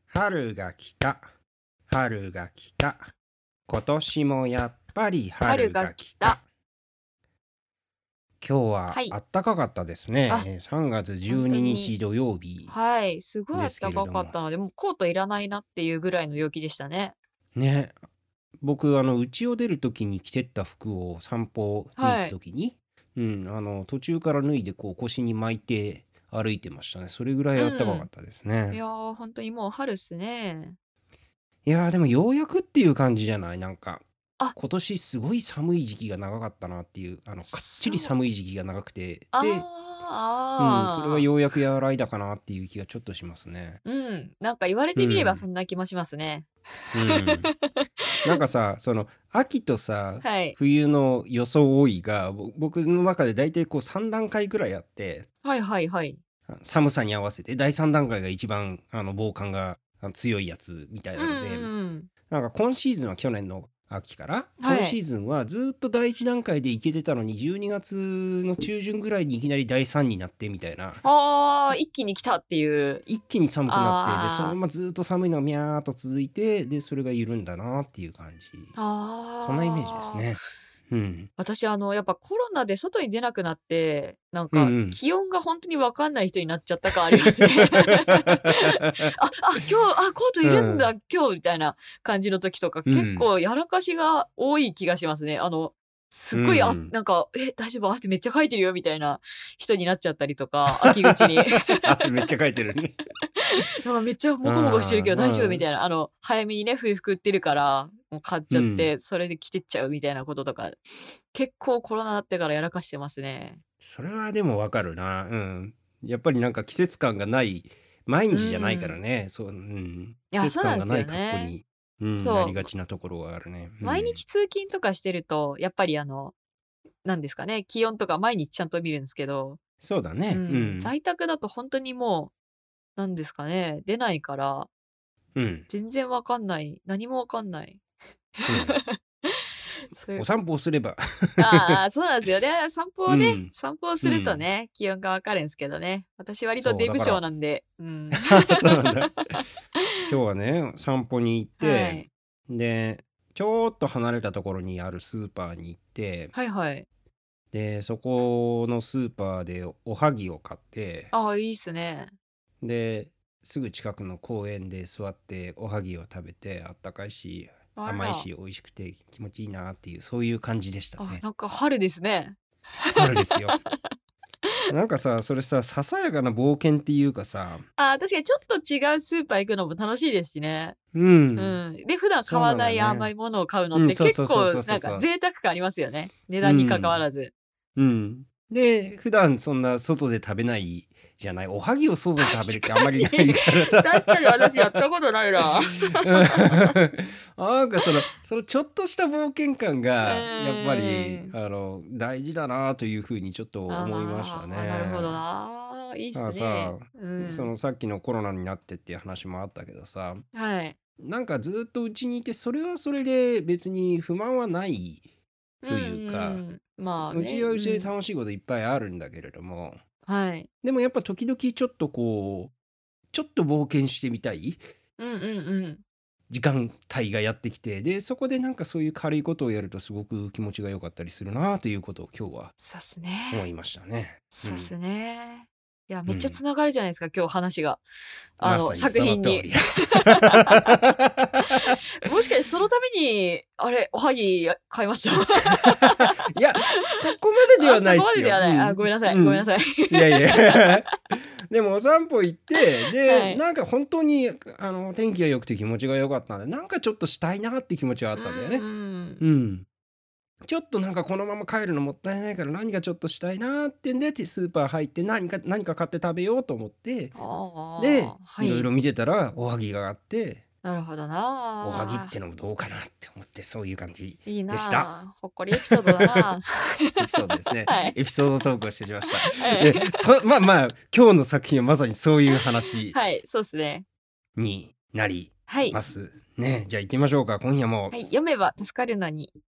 春が来た、春が来た。今年もやっぱり春が来た。今日はあったかかったですね。3月12日土曜日はい、すごいですけれども。 暖かかったので、もうコートいらないなっていうぐらいの陽気でしたね。 ね、僕家を出るときに着てった服を散歩に行くときに、途中から脱いでこう腰に巻いて歩いてましたね。それぐらい暖かかったですね。 いやー、本当にもう春っすね。 いやーでもようやくっていう感じじゃない？なんかあ今年すごい寒い時期が長かったなっていう、かっちり寒い時期が長くて、で、それがようやく和らいだかなっていう気がちょっとしますね。 なんか言われてみればそんな気もしますね。 なんかさ、その秋とさ、 はい。 冬の装いが僕の中で大体こう3段階くらいあって、 はいはいはい。 寒さに合わせて第3段階が一番防寒が強いやつみたいなので、なんか今シーズンは去年の秋から、今シーズンはずっと第1段階でいけてたのに12月の中旬ぐらいにいきなり第3になってみたいな。 一気に来たっていう。 一気に寒くなって、でそのままずっと寒いのがミャーっと続いて、でそれが緩んだなっていう感じ。そんなイメージですね。 私やっぱコロナで外に出なくなってなんか気温が本当に分かんない人になっちゃった感ありますね。今日コートいるんだ、今日みたいな感じの時とか、結構やらかしが多い気がしますね。すっごいなんか大丈夫、汗めっちゃかいてるよみたいな人になっちゃったりとか、秋口に汗めっちゃかいてるね。 なんかめっちゃモコモコしてるけど大丈夫みたいな、早めにね冬服売ってるからもう買っちゃって、それで着てっちゃうみたいなこととか結構コロナになってからやらかしてますね。 それはでもわかるな。やっぱりなんか季節感がない毎日じゃないからね。季節感がない格好になりがちなところはあるね。 毎日通勤とかしてるとやっぱりなんですかね、気温とか毎日ちゃんと見るんですけど、 そうだね。 在宅だと本当にもうなんですかね、出ないから、全然わかんない、何もわかんない。 お散歩をすればそうなんですよね。散歩をね、散歩をするとね、気温がわかるんですけどね。私割とデブ症なんで。 そうなんだ。今日はね散歩に行って、でちょっと離れたところにあるスーパーに行って、でそこのスーパーでおはぎを買って、 いいっすね。 ですぐ近くの公園で座っておはぎを食べて、あったかいし甘いし美味しくて気持ちいいなっていう、そういう感じでしたね。 なんか春ですね。 春ですよ。なんかさ、それさ、ささやかな冒険っていうかさ、 確かにちょっと違うスーパー行くのも楽しいですしね。で普段買わない甘いものを買うのって結構なんか贅沢感ありますよね、値段に関わらず。 で普段そんな外で食べないじゃない。おはぎを外で食べるってあんまりないからさ。 確かに私やったことないな。 なんかそのちょっとした冒険感がやっぱり大事だなというふうにちょっと思いましたね。 なるほどな。いいっすね。 そのさっきのコロナになってっていう話もあったけどさ、なんかずっとうちにいて、それはそれで別に不満はないというか、うちはうちで楽しいこといっぱいあるんだけれども、でもやっぱ時々ちょっとこうちょっと冒険してみたい時間帯がやってきて、でそこでなんかそういう軽いことをやるとすごく気持ちが良かったりするなということを今日は思いましたね。 そうっすね。いやめっちゃつながるじゃないですか、今日話が作品に。もしかしてそのためにおはぎ買いました。 いやそこまでではないですよ。 そこまでではない。ごめんなさい、ごめんなさい。 いやでもお散歩行って、でなんか本当に天気が良くて気持ちが良かったんで、なんかちょっとしたいなって気持ちはあったんだよね。ちょっとなんかこのまま帰るのもったいないから何かちょっとしたいなってんでスーパー入って何か買って食べようと思って、でいろいろ見てたらおはぎがあって、 なるほどな。 おはぎってのもどうかなって思って、そういう感じでした。 いいな。ほっこりエピソードだな。 エピソードですね。エピソードトークをしてきました。まあ今日の作品はまさにそういう話そうですねになりますね。じゃあ行ってみましょうか、今夜も。 読めば助かるのに。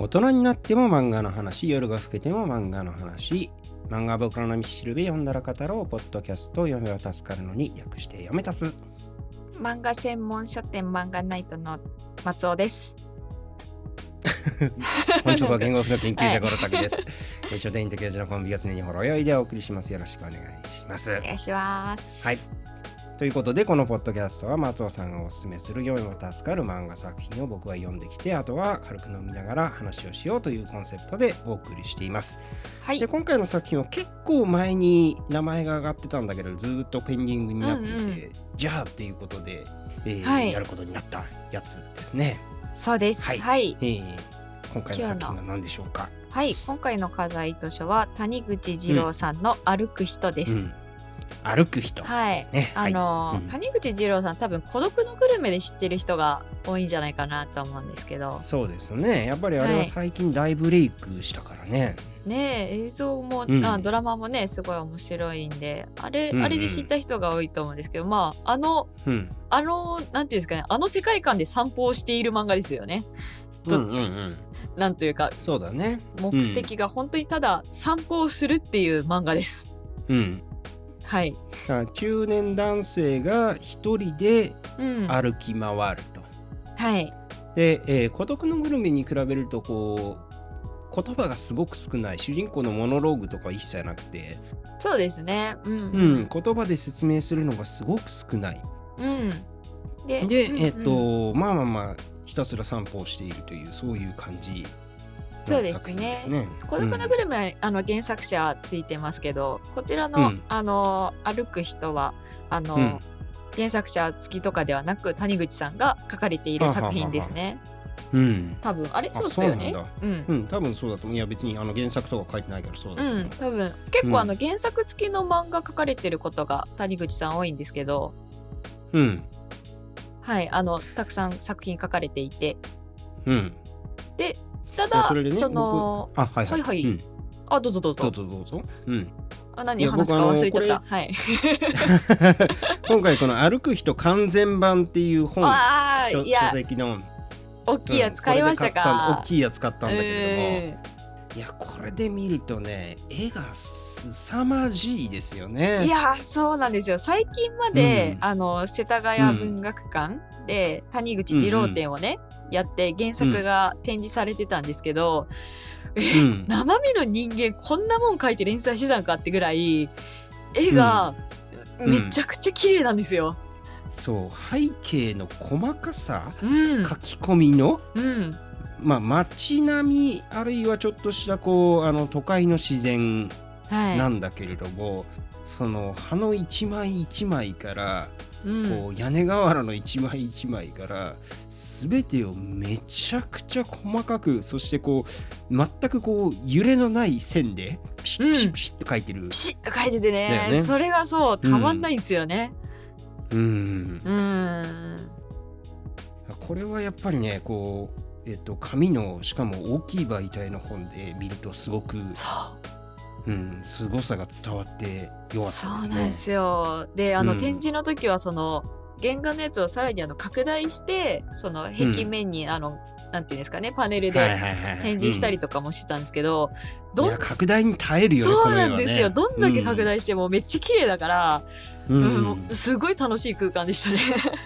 大人になっても漫画の話、夜が更けても漫画の話、漫画は僕らの道しるべ、読んだら語ろうポッドキャスト、読めば助かるのに略して読めたす。 漫画専門書店漫画ナイトの松尾です。 本日は言語学の研究者ゴロタクです、書店員と教授のコンビが常にほろ酔いでお送りします。よろしくお願いします。 お願いします。 はい、ということでこのポッドキャストは松尾さんがおすすめする読めば助かる漫画作品を僕は読んできて、あとは軽く飲みながら話をしようというコンセプトでお送りしています。はい、で今回の作品は結構前に名前が上がってたんだけどずっとペンディングになっていて、じゃあっていうことで、やることになったやつですね。 そうです。はい。 今回の作品は何でしょうか。 はい、今回の課題図書は谷口二郎さんの歩く人です。 歩く人、 はい、谷口二郎さん多分孤独のグルメで知ってる人が多いんじゃないかなと思うんですけど。 そうですね、やっぱりあれは最近大ブレイクしたからね。 ねえ、映像も、ドラマもねすごい面白いんであれで知った人が多いと思うんですけど、まあなんていうんですかね、あの世界観で散歩をしている漫画ですよね。なんというか、 そうだね、 目的が本当にただ散歩をするっていう漫画です。はい、 中年男性が一人で歩き回ると、 はい。 で、孤独のグルメに比べるとこう言葉がすごく少ない、主人公のモノローグとか一切なくて、 そうですね、 言葉で説明するのがすごく少ない、で、まあひたすら散歩をしているというそういう感じ。 そうですね。孤独のグルメは原作者ついてますけど、こちらの、歩く人は原作者付きとかではなく谷口さんが書かれている作品ですね。多分あれそうですよね。 多分そうだと思う。いや別に原作とか書いてないからそうだと思う。 多分結構原作付きの漫画書かれてることが谷口さん多いんですけど、はい、たくさん作品書かれていて、でただそのどうぞ。何話すか忘れちゃった。はい。 今回この歩く人完全版っていう本、書籍の大きいやつ買いましたか。 大きいやつ買ったんだけれども、いやこれで見るとね、絵が凄まじいですよね。 いやそうなんですよ。最近まで、世田谷文学館で谷口二郎展をね、やって原作が展示されてたんですけど、生身の人間こんなもん描いて連載してたんかってぐらい絵がめちゃくちゃ綺麗なんですよ。 そう、背景の細かさ、書き込みの、街並みあるいはちょっとしたこう都会の自然なんだけれども、その葉の一枚一枚から、こう屋根瓦の一枚一枚から全てをめちゃくちゃ細かく、そしてこう全くこう揺れのない線でピシッピシッピシッと描いてる、 ピシッと描いててね、それがそうたまんないんですよね。 これはやっぱりね、こう紙のしかも大きい媒体の本で見るとすごく凄さが伝わってよかったですね。 そうなんですよ。で展示の時はその原画のやつをさらに拡大してその壁面になんていうんですかね、パネルで展示したりとかもしてたんですけど、 いや拡大に耐えるよね。 そうなんですよ。どんだけ拡大してもめっちゃ綺麗だから、すごい楽しい空間でしたね。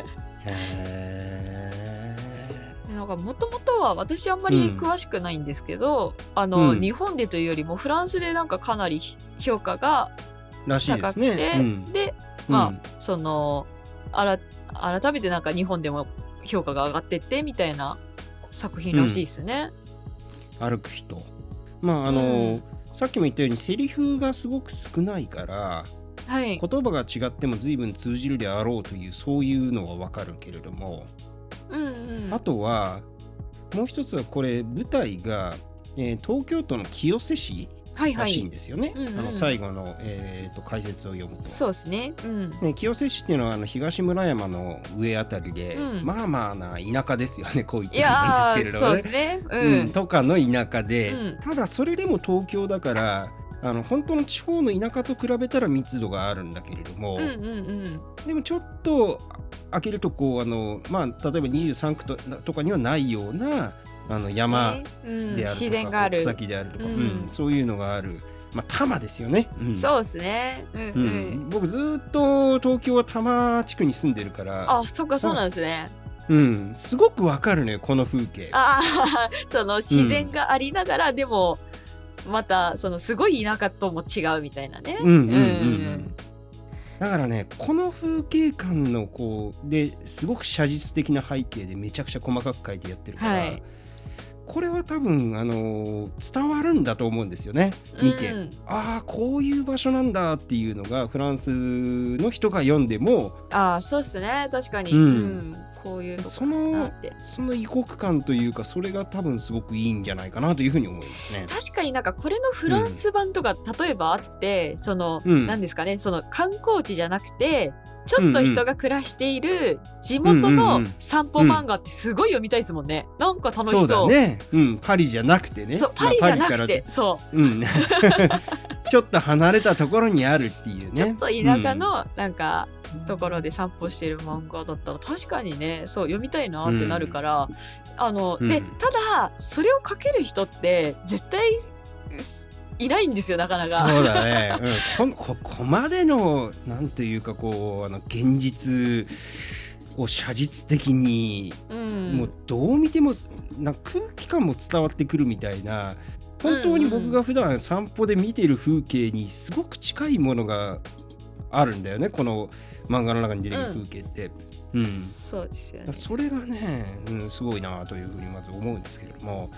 なんかもともとは私あんまり詳しくないんですけど、日本でというよりもフランスでなんかかなり評価が高くて、でその改めてなんか日本でも評価が上がってってみたいな作品らしいですね。 歩く人、さっきも言ったようにセリフがすごく少ないから、言葉が違っても随分通じるであろうというそういうのはわかるけれども、あとはもう一つはこれ舞台が、東京都の清瀬市らしいんですよね。最後の、解説を読むとそうですね。 清瀬市っていうのは東村山の上あたりで、まあまあな田舎ですよね。こう言ってるんですけれどもね。そうですね。とかの田舎で、ただそれでも東京だから本当の地方の田舎と比べたら密度があるんだけれども、でもちょっと開けるとこう例えば23区 とかにはないような山であるとか、 自然がある草木であるとか、そういうのがある、多摩ですよね。 そうですね。 僕ずっと東京は多摩地区に住んでるから。 あ、そっか、そうなんですね。 すごくわかるね、この風景。 その自然がありながら、でもまたそのすごい田舎とも違うみたいなね。 だからね、この風景感のですごく写実的な背景でめちゃくちゃ細かく描いてやってるから、これは多分伝わるんだと思うんですよね、見て。こういう場所なんだっていうのがフランスの人が読んでも、 そうですね、確かに。こういうとこその異国感というか、それが多分すごくいいんじゃないかなというふうに思いますね。 確かになんかこれのフランス版とか例えばあって、その何ですかね、その観光地じゃなくてちょっと人が暮らしている地元の散歩漫画ってすごい読みたいですもんね。なんか楽しそう。 そうだね。パリじゃなくてね。 そう、パリじゃなくて、そう。 ちょっと離れたところにあるっていうね。 ちょっと田舎のなんかところで散歩してる漫画だったら確かにね、そう読みたいなってなるから、でただそれを書ける人って絶対いないんですよ、なかなか。 そうだね。ここまでのなんていうか現実を写実的に、もうどう見てもなんか空気感も伝わってくるみたいな。本当に僕が普段散歩で見ている風景にすごく近いものがあるんだよね、この漫画の中に出てくる風景って。 そうですよね。 それがね、すごいなというふうにまず思うんですけれども。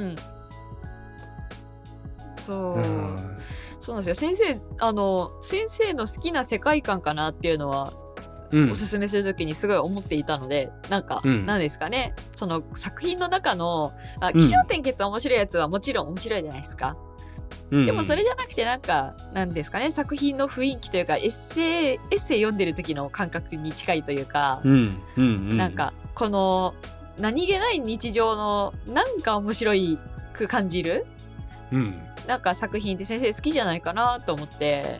そうなんですよ。先生の好きな世界観かなっていうのは、おすすめするときにすごい思っていたので、なんか、なんですかね、その作品の中の起承転結面白いやつはもちろん面白いじゃないですか。でもそれじゃなくて、なんかなんですかね、作品の雰囲気というかエッセイ読んでる時の感覚に近いというか、なんかこの何気ない日常のなんか面白いく感じる、なんか作品って先生好きじゃないかなと思って。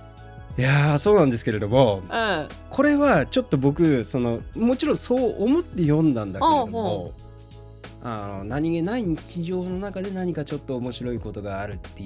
いやそうなんですけれども、これはちょっと僕もちろんそう思って読んだんだけれども、何気ない日常の中で何かちょっと面白いことがあるっていう、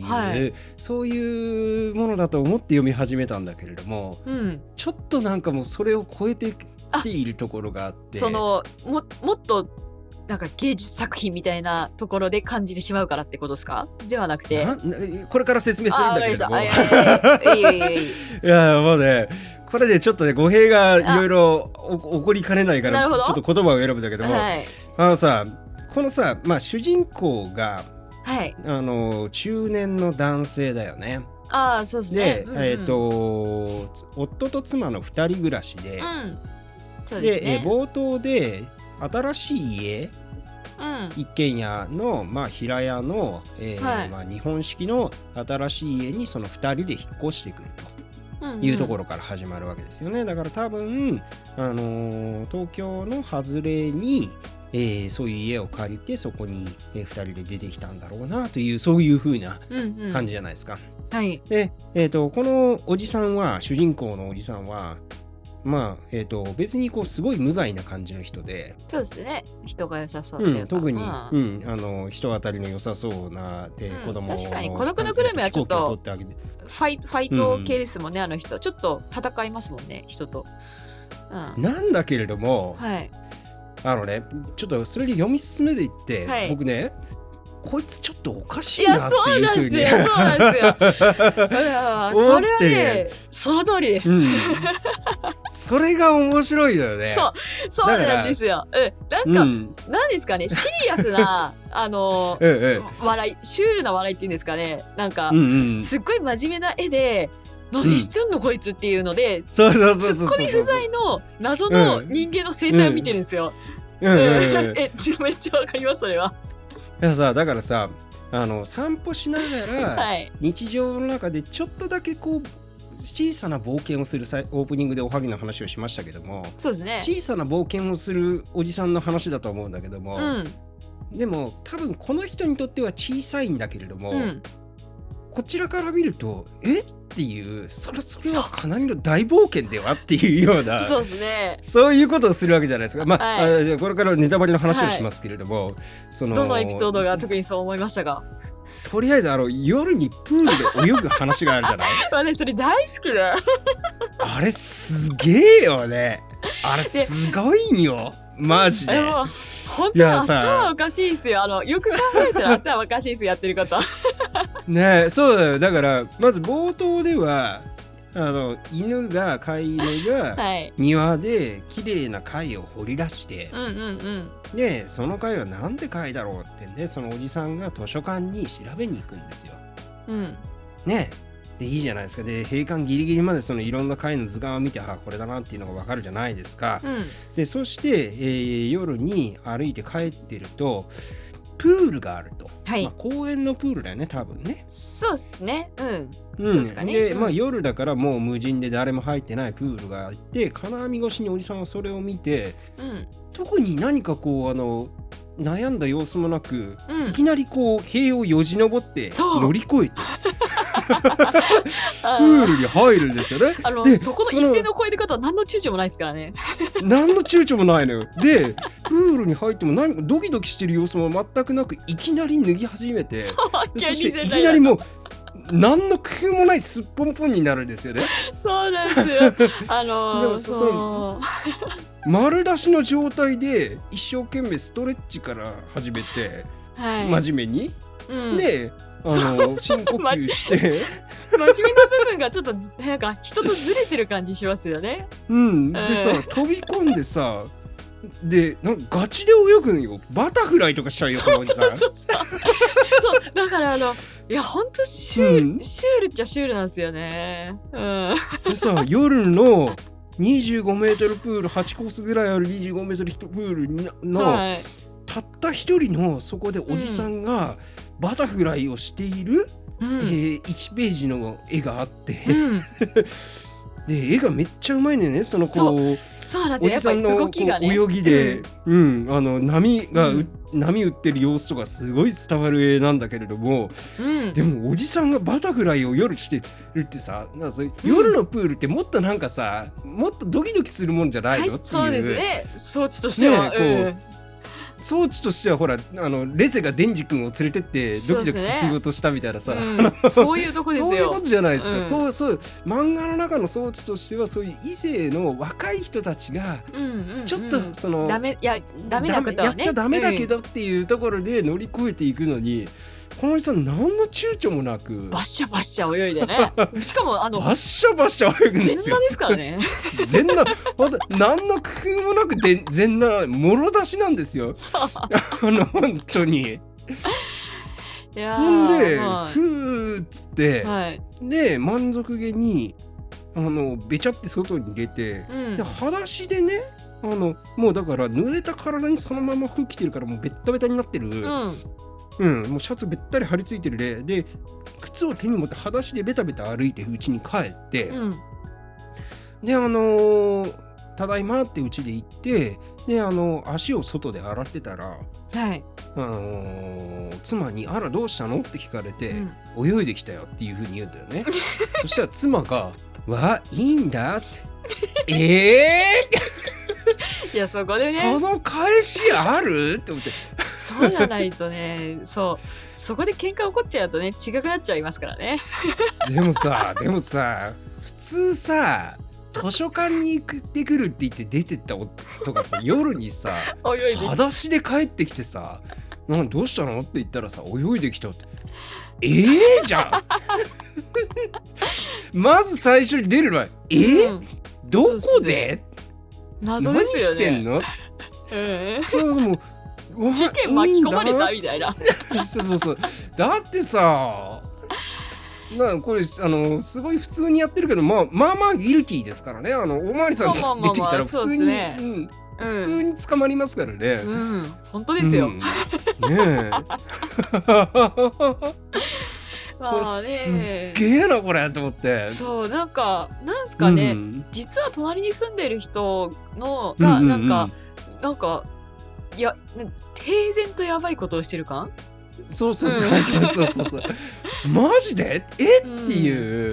そういうものだと思って読み始めたんだけれども、ちょっとなんかもうそれを超えてきているところがあって、 もっとなんか芸術作品みたいなところで感じてしまうからってことですか？ではなくて、 これから説明するんだけれども、いやもうね、これでちょっとね語弊がいろいろ起こりかねないからちょっと言葉を選ぶんだけども、このさ、主人公が、中年の男性だよね。 そうですね。 で、夫と妻の2人暮らしで、で冒頭で新しい家、一軒家の、平屋の、日本式の新しい家にその2人で引っ越してくるというところから始まるわけですよね。だから多分、東京の外れに、そういう家を借りてそこに、2人で出てきたんだろうなという、そういう風な感じじゃないですか。で、このおじさんは、主人公のおじさんは別にすごい無害な感じの人で、 そうですね、人が良さそうというか、 特に、人当たりの良さそうな子供を、 確かに孤独のグルメはちょっとファイト系ですもんね、あの人ちょっと戦いますもんね、人と、 なんだけれども、ちょっとそれで読み進めていって、僕ね、こいつちょっとおかしいなっていうふうに、そうなんですよそれはね、その通りです、 それが面白いのよね。 そうなんですよ。なんか、なんですかね、シリアスな笑い、シュールな笑いっていうんですかね、なんか、すっごい真面目な絵で何してんのこいつっていうので、ツッコミ不在の謎の人間の生態を見てるんですよ。めっちゃわかります、それは。 いやさ、だからさ、散歩しながら、日常の中でちょっとだけ小さな冒険をするオープニングでおはぎの話をしましたけども、 そうですね、 小さな冒険をするおじさんの話だと思うんだけども、でも多分この人にとっては小さいんだけれども、こちらから見るとっっていう、それはかなりの大冒険ではっていうようなそうですね、 そういうことをするわけじゃないですか。まあ、 はい、 これからネタバレの話をしますけれども、 どのエピソードが特にそう思いましたか？ とりあえず夜にプールで泳ぐ話があるじゃない私それ大好きだあれすげえよね。あれすごいんよマジで。 本当に頭おかしいっすよ。よく考えたら頭おかしいっす、やってる方ねえ、そうだよ。だからまず冒頭では犬が飼い犬が庭で綺麗な貝を掘り出して、でその貝はなんで貝だろうってんで、そのおじさんが図書館に調べに行くんですよ。ねえ、でいいじゃないですか。で閉館ギリギリまでそのいろんな貝の図鑑を見て、これだなっていうのが分かるじゃないですか。でそして、夜に歩いて帰ってるとプールがあると、公園のプールだよね多分ね。 そうっすね。そうですかね。 で、夜だからもう無人で誰も入ってないプールがあって、金網越しにおじさんはそれを見て、特に何かこう悩んだ様子もなく、いきなりこう塀をよじ登って乗り越えてプールに入るんですよね。 でそこの一斉の越え方は何の躊躇もないですからね。 何の躊躇もないのよ。でプールに入っても何かドキドキしてる様子も全くなく、いきなり脱ぎ始めて、そしていきなりもう何の工夫もないすっぽんぽんになるんですよね。 そうなんですよ。でもその丸出しの状態で一生懸命ストレッチから始めて、真面目に、で深呼吸して真面目な部分がちょっとなんか人とずれてる感じしますよね。 でさ、飛び込んでさ、でなんかガチで泳ぐのよ。バタフライとかしちゃうよ、このおじさん。そうだからいやほんとシュールっちゃシュールなんですよね。 でさ、夜の25メートルプール、8コースぐらいある25メートルプールの、たった一人のそこでおじさんがバタフライをしている、1ページの絵があって、で絵がめっちゃうまいね。そのこうおじさんのこう泳ぎで、波打ってる様子とかすごい伝わる絵なんだけれども、でもおじさんがバタフライを夜してるってさ、夜のプールってもっとなんかさ、もっとドキドキするもんじゃないのっていう。 そうですね、装置としては、 装置としてはほらレゼがデンジ君を連れてってドキドキさせようとしたみたいなさ、 そういうとこですよ。 そういうことじゃないですか。そう漫画の中の装置としては、そういう異性の若い人たちがちょっとそのダメなことはね、 やっちゃダメだけどっていうところで乗り越えていくのに、このおじさん何の躊躇もなくバッシャバッシャ泳いでね。しかもバッシャバッシャ泳ぐんですよ。 全裸ですからね。 全裸、何の工夫もなく全裸、もろ出しなんですよ。本当に。ほんで、ふーっつって、で満足げにべちゃって外に出て、で裸足でね、もうだから濡れた体にそのまま服着てるから、もうベッタベタになってる。もうシャツべったり張り付いてるで靴を手に持って裸足でベタベタ歩いて家に帰って、でただいまって家で行って、で足を外で洗ってたら、妻にあらどうしたのって聞かれて、泳いできたよっていう風に言うんだよね。そしたら妻がわいいんだっていやそこでね、 その返しあるって思って、 そうじゃないとね、そこで喧嘩起こっちゃうとね、違くなっちゃいますからね。 でもさ普通さ、図書館に行ってくるって言って出てった夫がさ、夜にさ裸足で帰ってきてさ、どうしたのって言ったらさ、泳いできたって、じゃん。まず最初に出るのはどこで謎ですよね。 何してんの？それはもう事件巻き込まれたみたいな。 そうだってさ、これすごい普通にやってるけど、まあギルティーですからね。おまわりさん出てきたら普通に普通に捕まりますからね。 本当ですよ。ねえ。 すっげえなこれと思って。 そう、なんすかね、実は隣に住んでる人のがなんかいや平然とやばいことをしてる感。 そうマジでっていう。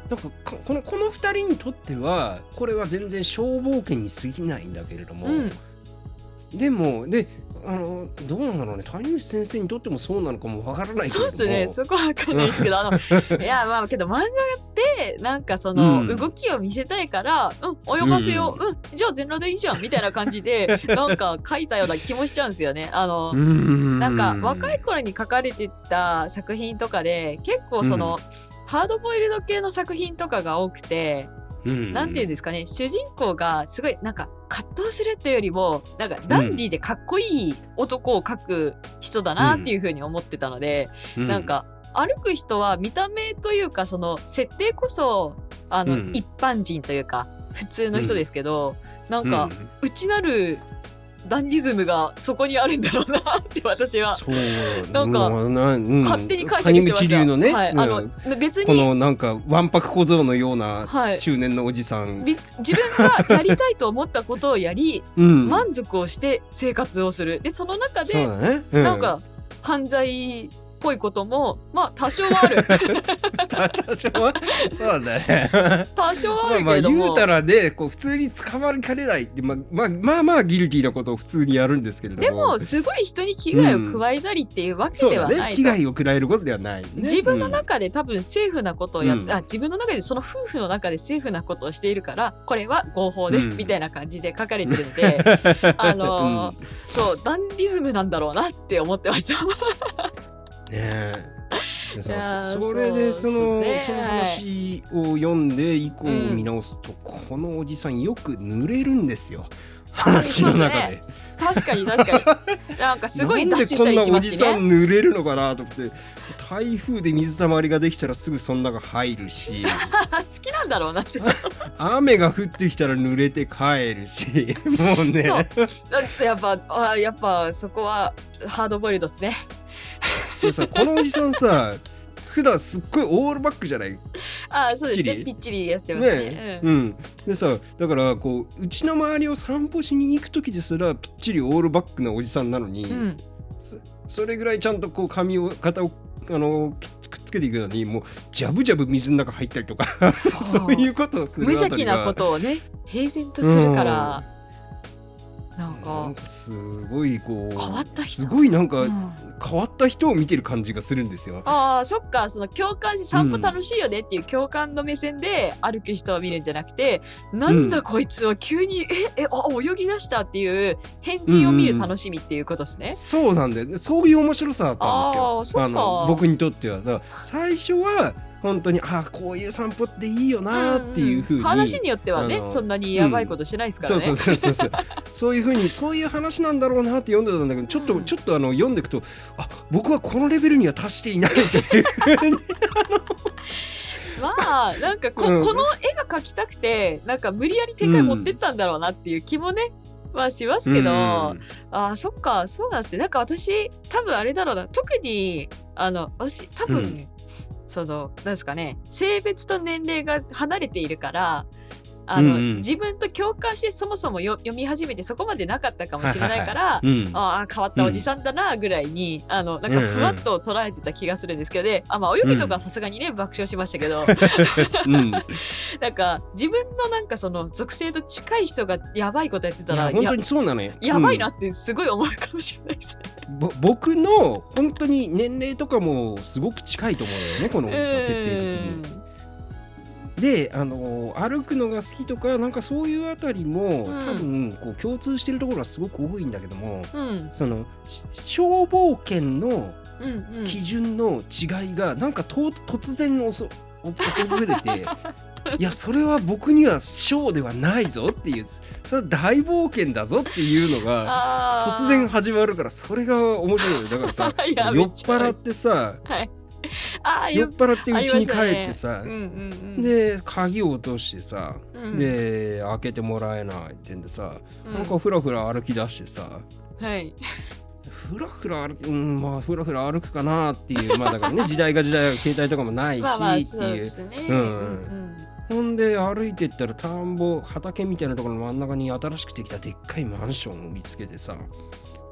なんかこの2人にとってはこれは全然小冒険に過ぎないんだけれども、でもどうなんだろうね、谷口先生にとってもそうなのかもわからないけれども。 そうですね、そこはわかんないですけどいやまあけど漫画ってなんかその動きを見せたいから、泳がせよう、じゃあ全裸でいいじゃんみたいな感じでなんか書いたような気もしちゃうんですよね。なんか若い頃に書かれてた作品とかで結構その、ハードボイルド系の作品とかが多くて、なんていうんですかね、主人公がすごいなんか葛藤するっていうよりもなんかダンディーでかっこいい男を描く人だなっていう風に思ってたので、なんか歩く人は見た目というかその設定こそ一般人というか普通の人ですけど、なんか内なるダンディズムがそこにあるんだろうなって私はなんか勝手に解釈してました。谷口流のね、別にこのなんかわんぱく小僧のような中年のおじさん、 自分がやりたいと思ったことをやり、満足をして生活をする。でその中でなんか犯罪っぽいこともまあ多少はある多少はそうだね多少はあるけれども、 言うたらねこう普通に捕まりかねないって、まあギルティーなことを普通にやるんですけれども、 でもすごい人に危害を加えたりっていうわけではないと、 そうだね、危害を加えることではない、ね、 自分の中で多分セーフなことをやって、自分の中でその夫婦の中でセーフなことをしているからこれは合法です、みたいな感じで書かれてるのでそうダンディズムなんだろうなって思ってましたねそれでその話を読んで以降を見直すと、このおじさんよく濡れるんですよ、話の中で。 確かになんかすごいダッシュしたりしますしね。 なんでこんなおじさん濡れるのかなと思って、台風で水たまりができたらすぐその中入るし好きなんだろうなって雨が降ってきたら濡れて帰るしもうね、 そうやっぱそこはハードボイルドですね。 でさ、このおじさんさ普段すっごいオールバックじゃない？ そうですね、ぴっちりやってますね。 でさ、だからこううちの周りを散歩しに行く時ですらぴっちりオールバックなおじさんなのに、それぐらいちゃんとこう髪型をくっつけていくのにもうジャブジャブ水の中入ったりとかそういうことをするあたりが無邪気なことをね平然とするから、なんかすごいこう変わった人、 すごいなんか変わった人を見てる感じがするんですよ。 そっか、その共感し散歩楽しいよねっていう共感の目線で歩く人を見るんじゃなくて、なんだこいつは急に泳ぎ出したっていう変人を見る楽しみっていうことですね。 そうなんだよね、そういう面白さだったんですよ。僕にとってはだから最初は本当にこういう散歩っていいよなっていう風に、 話によってはねそんなにやばいことしないですからね。 そういう風にそういう話なんだろうなって読んでたんだけど、ちょっと読んでいくと僕はこのレベルには達していないというまあなんかこの絵が描きたくてなんか無理やり展開持ってったんだろうなっていう気もね、しますけど、そっか、そうなんですね。なんか私多分あれだろうな、特に私多分、そのなんですかね、性別と年齢が離れているから自分と共感してそもそも読み始めてそこまでなかったかもしれないから、変わったおじさんだなぐらいになんかふわっと捉えてた気がするんですけどね。泳ぎとかさすがにね爆笑しましたけどなんか自分のなんかその属性と近い人がやばいことやってたら本当にそうなのよ。 やばいなってすごい思うかもしれないですね。 僕の本当に年齢とかもすごく近いと思うよね、このおじさん設定的に。で歩くのが好きとかなんかそういうあたりも、多分こう共通してるところはすごく多いんだけども、その消防圏の基準の違いがなんか突然訪れていやそれは僕には小ではないぞっていう、それは大冒険だぞっていうのが突然始まるから、それが面白い。だからさ酔っ払ってさ、酔っ払って家に帰ってさ、で鍵を落としてさ、で開けてもらえないってんでさ、なんかふらふら歩き出してさ、ふらふら歩く、ふらふら歩くかなっていう、だからね時代が携帯とかもないしっていう。ほんで歩いてったら畑みたいなところの真ん中に新しくできたでっかいマンションを見つけてさ、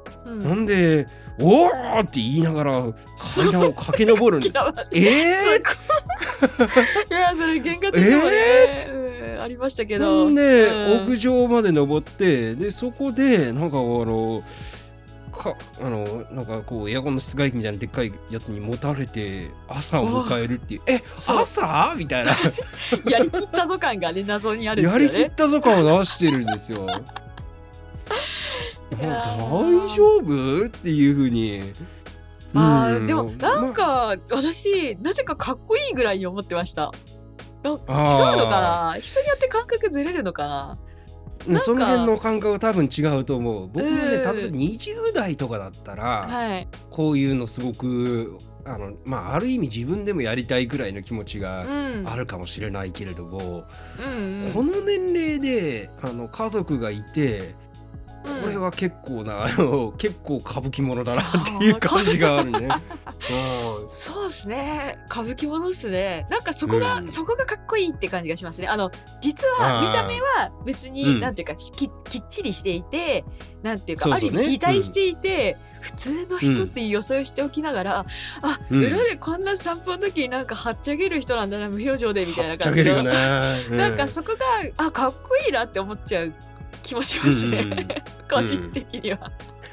ほんでおーって言いながら階段を駆け上るんですよ。 いやそれ原画的にもね、ありましたけど。 ほんで、屋上まで登って、でそこでなんかなんかこうエアコンの室外機みたいなでっかいやつに持たれて朝を迎えるっていう朝みたいなやりきったぞ感がね謎にあるんですよね。 やりきったぞ感を出してるんですよ。大丈夫っていう風に。 でもなんか私なぜかかっこいいぐらいに思ってました。違うのかな、人によって感覚ずれるのかな。 その辺の感覚は多分違うと思う。僕もね、例えば20代とかだったら、こういうのすごくある意味自分でもやりたいぐらいの気持ちがあるかもしれないけれども、この年齢で家族がいてこれは結構歌舞伎ものだなっていう感じがあるね。 そうですね、歌舞伎ものですね。なんかそこがかっこいいって感じがしますね。実は見た目は別になんていうかきっちりしていて、なんていうかある意味擬態していて、普通の人っていう装いをしておきながら、裏でこんな散歩の時になんかはっちゃげる人なんだな無表情でみたいな感じの、なんかそこがかっこいいなって思っちゃう気もしますね、個人的には。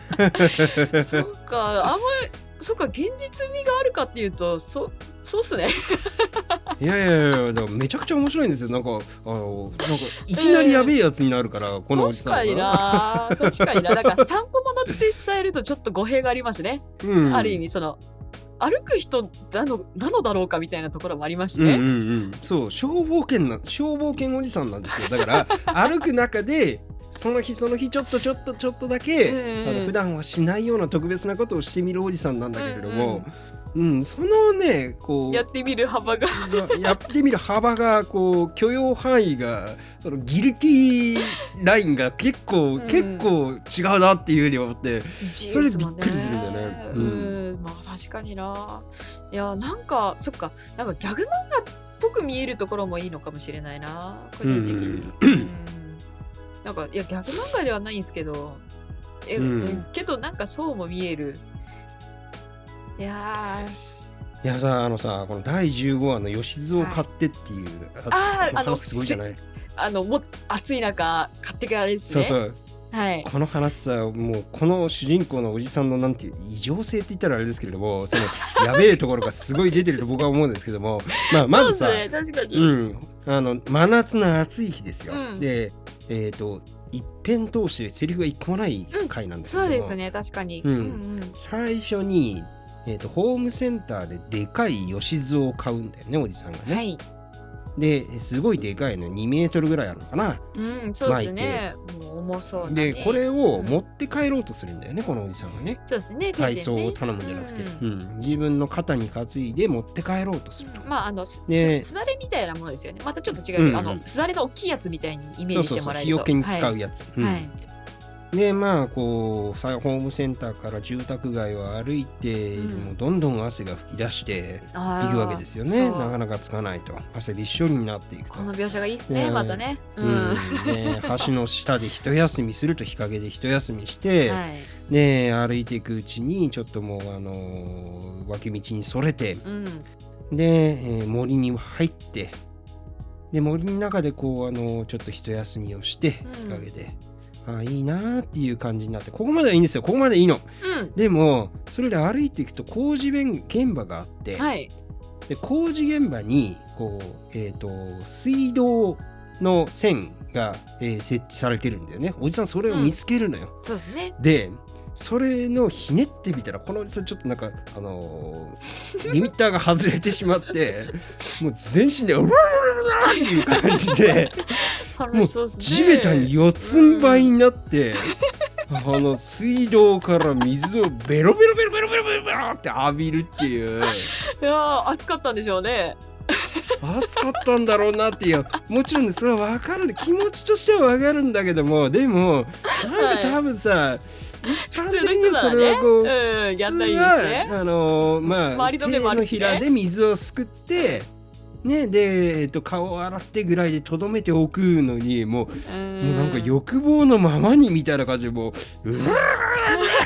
そうか現実味があるかっていうとそうっすね。 いやでもめちゃくちゃ面白いんですよ。なんかいきなりやべえやつになるから、このおじさんが。 確かにな。だから散歩ものって伝えるとちょっと語弊がありますね。ある意味歩く人なのだろうかみたいなところもありますしね。 そう消防犬おじさんなんですよ。だから歩く中でその日ちょっとだけ、普段はしないような特別なことをしてみるおじさんなんだけれども、そのねこうやってみる幅がこう許容範囲がそのギルティーラインが結構違うなっていうふうに思って、それでびっくりするんだよね。 確かにな。いやなんかそっか、なんかギャグ漫画っぽく見えるところもいいのかもしれないな、個人的に。なんかいやギャグ漫画ではないんですけど、けどなんかそうも見える。いやさこの第15話の吉津を買ってっていう話すごいじゃない。 もう暑い中買ってくれあれですね。 そうこの話さ、もうこの主人公のおじさんのなんていう異常性って言ったらあれですけれども、そのやべえところがすごい出てると僕は思うんですけども、まずさ、真夏の暑い日ですよ。で一辺通してセリフが一個もない回なんですけども、 そうですね、確かに。 最初にホームセンターででかい吉津を買うんだよね、おじさんがね。ですごいでかいの、2メートルぐらいあるのかな。 そうですね。もう重そうだでね。 これを持って帰ろうとするんだよね、このおじさんがね。 そうですね。 配送を頼むんじゃなくて、自分の肩に担いで持って帰ろうとすると。 すだれみたいなものですよね。またちょっと違うけど、すだれの大きいやつみたいにイメージしてもらえると。 日よけに使うやつ。でこうホームセンターから住宅街を歩いて、もうどんどん汗が噴き出していくわけですよね。なかなかつかないと汗びっしょりになっていくと。 この描写がいいっすね、またね。 橋の下で一休みすると、日陰で一休みして、歩いていくうちにちょっともう脇道にそれて、で、森に入って、で森の中でこうちょっと一休みをして日陰で。いいなーっていう感じになって、ここまではいいんですよ。ここまでいいの。でもそれで歩いていくと工事現場があって、で工事現場にこう、水道の線が、設置されてるんだよね。おじさんそれを見つけるのよ。 そうですね。 でそれのひねってみたら、このおじさんちょっとなんかリミッターが外れてしまってもう全身でうわーっていう感じでもう地べたに四つん這いになって、水道から水をベロベロって浴びるっていう。 いや暑かったんでしょうね。 暑かったんだろうなっていう。もちろんそれは分かる、気持ちとしては分かるんだけども、でもなんか多分さ、一般的にそれはこう、 やんないですね。 周りの目もあるしね、手のひらで水をすくってね、で、顔を洗ってぐらいでとどめておくのに、もうなんか欲望のままにみたいな感じで、もううわーって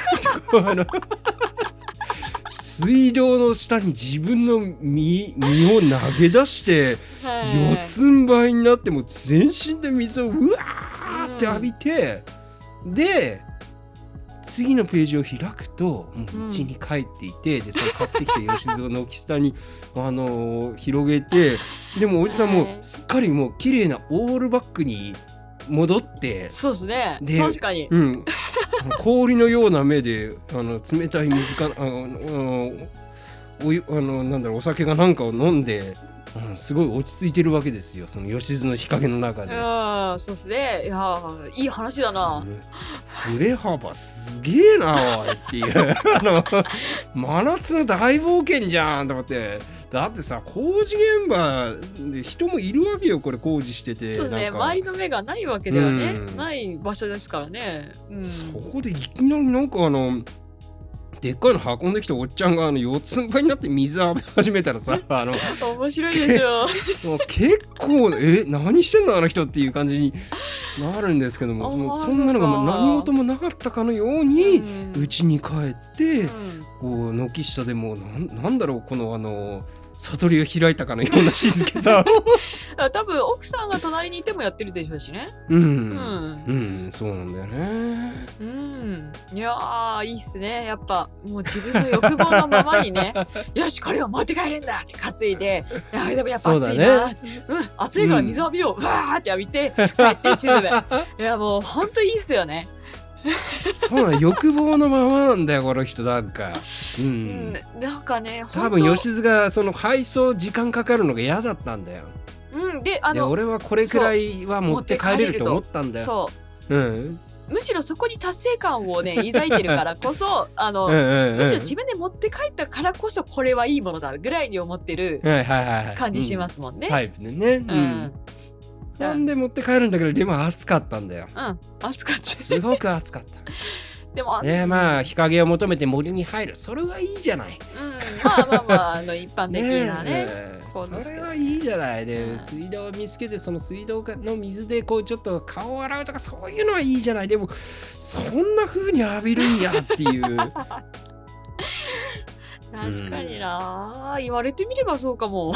水道の下に自分の身を投げ出して、四つん這いになっても全身で水をうわーって浴びて、で次のページを開くともう家に帰っていて、でそれ買ってきて吉津を軒下に広げて、でもおじさんもすっかりもう綺麗なオールバックに戻って、 そうですね、確かに、 氷のような目で冷たい水かなんだろう、お酒がなんかを飲んで、すごい落ち着いてるわけですよ、その吉津の日陰の中で。 そうですね、いやいい話だな。 振れ幅すげえなおいっていう真夏の大冒険じゃんと思って。だってさ、工事現場で人もいるわけよ、これ工事してて。 そうですね、周りの目がないわけではね、ない場所ですからね、 そこでいきなりなんかでっかいの運んできたおっちゃんが四つん這いになって水浴び始めたらさ、 面白いでしょもう結構何してんのあの人っていう感じになるんですけども、そんなのが何事もなかったかのように家に帰って、こう軒下でもなんだろう、この悟りが開いたかのような静けさ多分奥さんが隣にいてもやってるでしょうしね。 そうなんだよね。 いやー、いいっすね。やっぱもう自分の欲望のままにねよしこれを持って帰るんだって担いで、でもやっぱ暑いな、暑いから水浴びよう、わーって浴びて帰って沈めいやもうほんといいっすよね。 そうな、欲望のままなんだよこの人、なんか、 なんかね、 多分吉津がその配送時間かかるのが嫌だったんだよ。 で俺はこれくらいは持って帰れると思ったんだよ。そう、 むしろそこに達成感をね抱いてるからこそむしろ自分で持って帰ったからこそこれはいいものだぐらいに思ってる感じしますもんね。 タイプでね。なんで持って帰るんだけど、でも暑かったんだよ。 暑かった。 すごく暑かった。 でもまあ日陰を求めて森に入る、それはいいじゃない。 まあ一般的なね。 それはいいじゃないで、水道を見つけてその水道の水でこうちょっと顔を洗うとか、そういうのはいいじゃない。でもそんな風に浴びるんやっていう。 確かにな、言われてみればそうかも。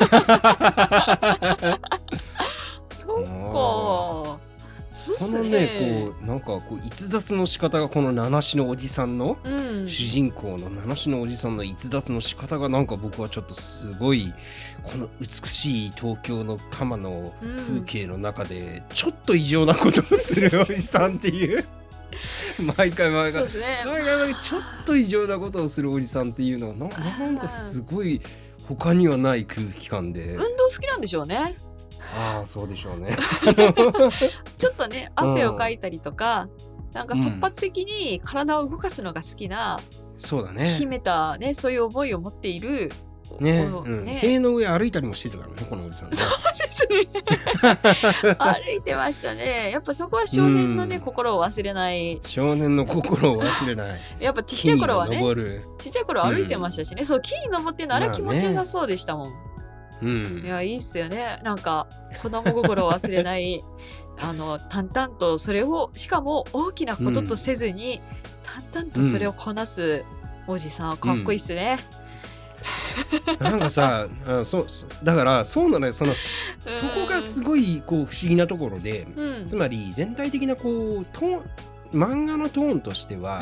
そうか。 そのね、こうなんかこう逸脱の仕方が、この七種のおじさんの、主人公の七種のおじさんの逸脱の仕方が、なんか僕はちょっとすごい、この美しい東京の多摩の風景の中でちょっと異常なことをするおじさんっていう毎回ちょっと異常なことをするおじさんっていうのはなんかすごい他にはない空気感で。 運動好きなんでしょうね。 そうでしょうね。 ちょっとね、汗をかいたりとか、なんか突発的に体を動かすのが好きな、 そうだね、 秘めたね、そういう思いを持っている塀の上歩いたりもしてたからね、このおじさん。 そうですね。歩いてましたね。やっぱそこは少年のね、心を忘れない。 少年の心を忘れない。 やっぱちっちゃい頃はね、ちっちゃい頃歩いてましたしね。そう、木に登ってるのあれ気持ちよさそうでしたもん。いや、いいっすよね。なんか子供心を忘れない淡々とそれを、しかも大きなこととせずに、淡々とそれをこなすおじさん、かっこいいっすね。 なんかさ、だからそうなのよ。そこがすごいこう不思議なところで、つまり全体的なこう漫画のトーンとしては、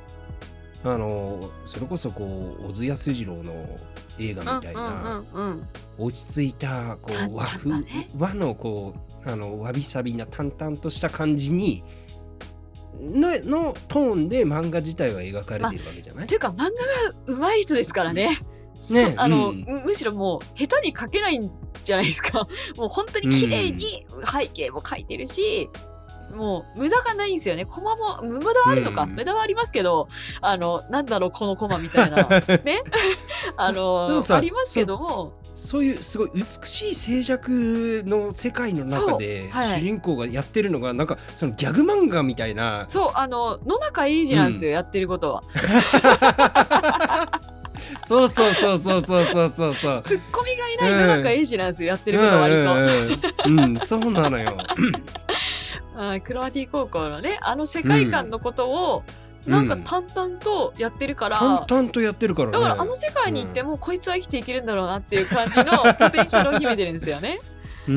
それこそこう小津安二郎の映画みたいな、落ち着いたこう和のこうわびさびな淡々とした感じにのトーンで漫画自体は描かれているわけじゃない。 というか漫画が上手い人ですからね。むしろもう下手に描けないんじゃないですか。もう本当に綺麗に背景も描いてるし、もう無駄がないんですよね。コマも無駄はあるのか、無駄はありますけど、なんだろうこのコマみたいなねありますけども、 そういうすごい美しい静寂の世界の中で主人公がやってるのがなんかそのギャグ漫画みたいな。 そう野中英二なんですよ、やってることは。 そうツッコミがいない野中英二なんですよ、やってることは割と。 そうなのよ。 クロアティ高校のね、世界観のことをなんか淡々とやってるから、 淡々とやってるからね。 だからあの世界に行っても、こいつは生きていけるんだろうなっていう感じのポテンシャルを秘めてるんですよね。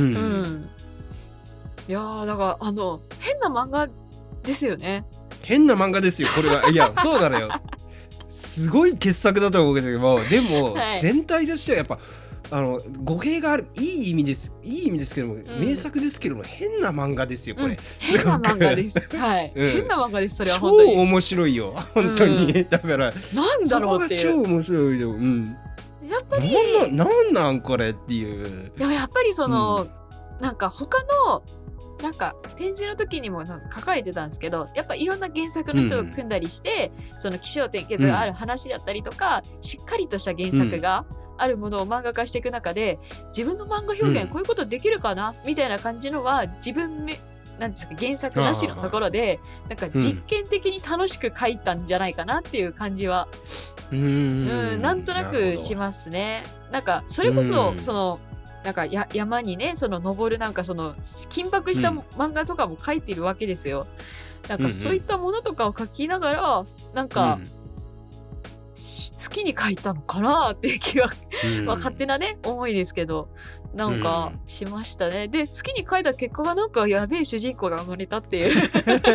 いやー、だから変な漫画ですよね。 変な漫画ですよこれは。いやそうだよ。すごい傑作だと思うけど、でも、全体としてはやっぱ語弊がある。いい意味ですけども、名作ですけども、変な漫画ですよこれ。 変な漫画です。はい、変な漫画です。それは本当に超面白いよ本当に。だからなんだろうっていう。 超面白いよ。 やっぱりなんこれっていう。 でもやっぱりなんか他のなんか展示の時にも書かれてたんですけど、やっぱいろんな原作の人を組んだりして、その起承転結がある話だったりとか、しっかりとした原作があるものを漫画化していく中で、自分の漫画表現こういうことできるかな、みたいな感じのは自分なんですか、原作なしのところでなんか実験的に楽しく書いたんじゃないかなっていう感じはなんとなくしますね。なんかそれこそなんか山にね登るなんか緊迫した漫画とかも書いてるわけですよ。なんかそういったものとかを書きながらなんか、好きに書いたのかなっていう気は、勝手なね思いですけどなんかしましたね。で好きに書いた結果がなんかやべえ主人公が生まれたっていう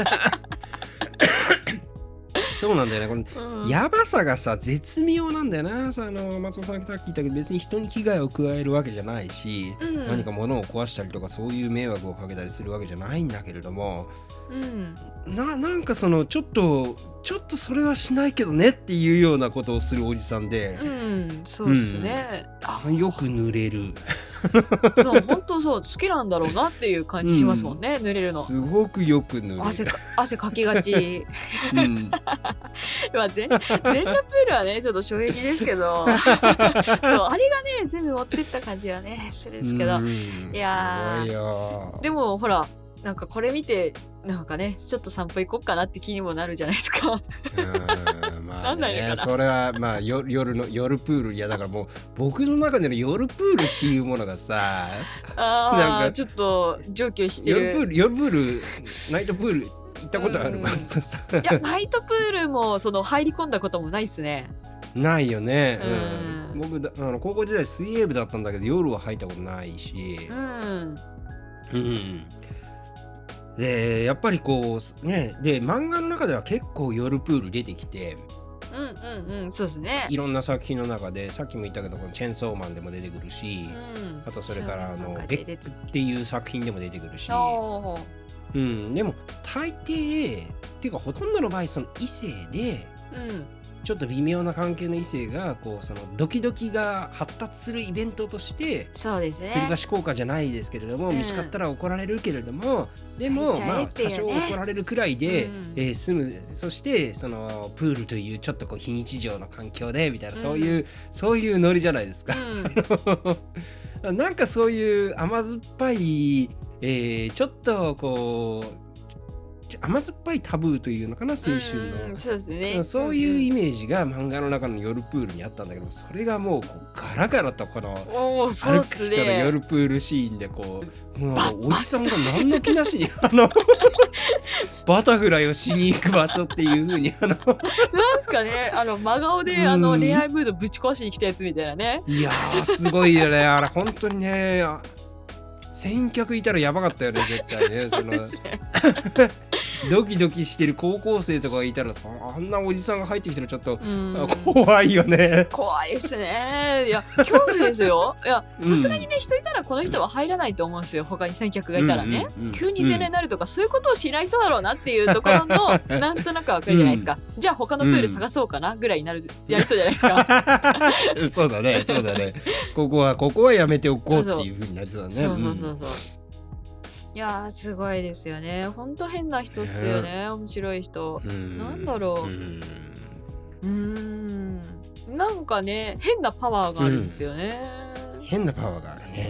そうなんだよね。このやばさがさ絶妙なんだよな。松尾さんさっき言ったけど、別に人に危害を加えるわけじゃないし、何か物を壊したりとかそういう迷惑をかけたりするわけじゃないんだけれども、なんかちょっとそれはしないけどねっていうようなことをするおじさんで、 そうですね、 よく濡れる。 そう本当そう好きなんだろうなっていう感じしますもんね、濡れるのすごくよく濡れる。 汗かきがち。まあ全裸プールはねちょっと衝撃ですけどそうあれがね全部持ってった感じはねするんですけど、いやすごいよ。 でもほらなんかこれ見てなんかねちょっと散歩行こうかなって気にもなるじゃないですか。 まあね、それはまあ夜プール。いやだからもう僕の中での夜プールっていうものがさなんかちょっと上級してる。 夜プールナイトプール行ったことある？いやナイトプールも入り込んだこともないっすね。 ないよね。僕高校時代水泳部だったんだけど夜は入ったことないし。でやっぱりこうね、で漫画の中では結構夜プール出てきて、 そうですね。 いろんな作品の中でさっきも言ったけどこのチェンソーマンでも出てくるし、あとそれからベックっていう作品でも出てくるし、でも大抵っていうかほとんどの場合その異性で、ちょっと微妙な関係の異性がこうドキドキが発達するイベントとして、 そうですね、 吊り橋効果じゃないですけれども、見つかったら怒られるけれども、でもまあ多少怒られるくらいで、済む。そしてプールというちょっとこう非日常の環境でみたいな、そういうノリじゃないですか。なんかそういう甘酸っぱい、ちょっとこう甘酸っぱいタブーというのかな、青春の、 そうですね、 そういうイメージが漫画の中の夜プールにあったんだけど、それがもうガラガラとこの歩く人の夜プールシーンでこう、もうおじさんが何の気なしにバタフライをしに行く場所っていう風になんすかね、真顔で恋愛ムードぶち壊しに来たやつみたいなね。 いやーすごいよね、あれ本当にね。1000客いたらやばかったよね絶対ね。ドキドキしてる高校生とかがいたらあんなおじさんが入ってきたらちょっと怖いよね。 怖いですね。いや恐怖ですよ。いやさすがにね、人いたらこの人は入らないと思うんですよ。他に1000客がいたらね、急に全裸になるとかそういうことをしない人だろうなっていうところのなんとなくわかるじゃないですか。じゃあ他のプール探そうかなぐらいになる、やりそうじゃないですか。 そうだね。ここはやめておこうっていう風になりそうだね。 そういやーすごいですよね。ほんと変な人っすよね。面白い人。なんだろう。なんかね変なパワーがあるんですよね。 変なパワーがあるね。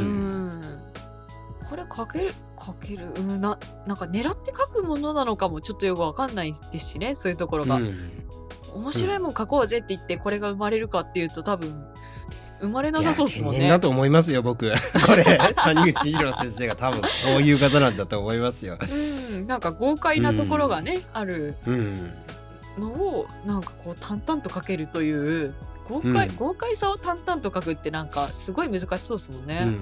これかけるなんか狙って書くものなのかもちょっとよくわかんないですしね、そういうところが。面白いもん書こうぜって言ってこれが生まれるかっていうと多分生まれなさそうですもんね。 懸念だと思いますよ僕。これ谷口二郎先生が多分こういう方なんだと思いますよ。 なんか豪快なところがね、あるのをなんかこう淡々と書けるという豪快さを淡々と書くってなんかすごい難しそうですもんね。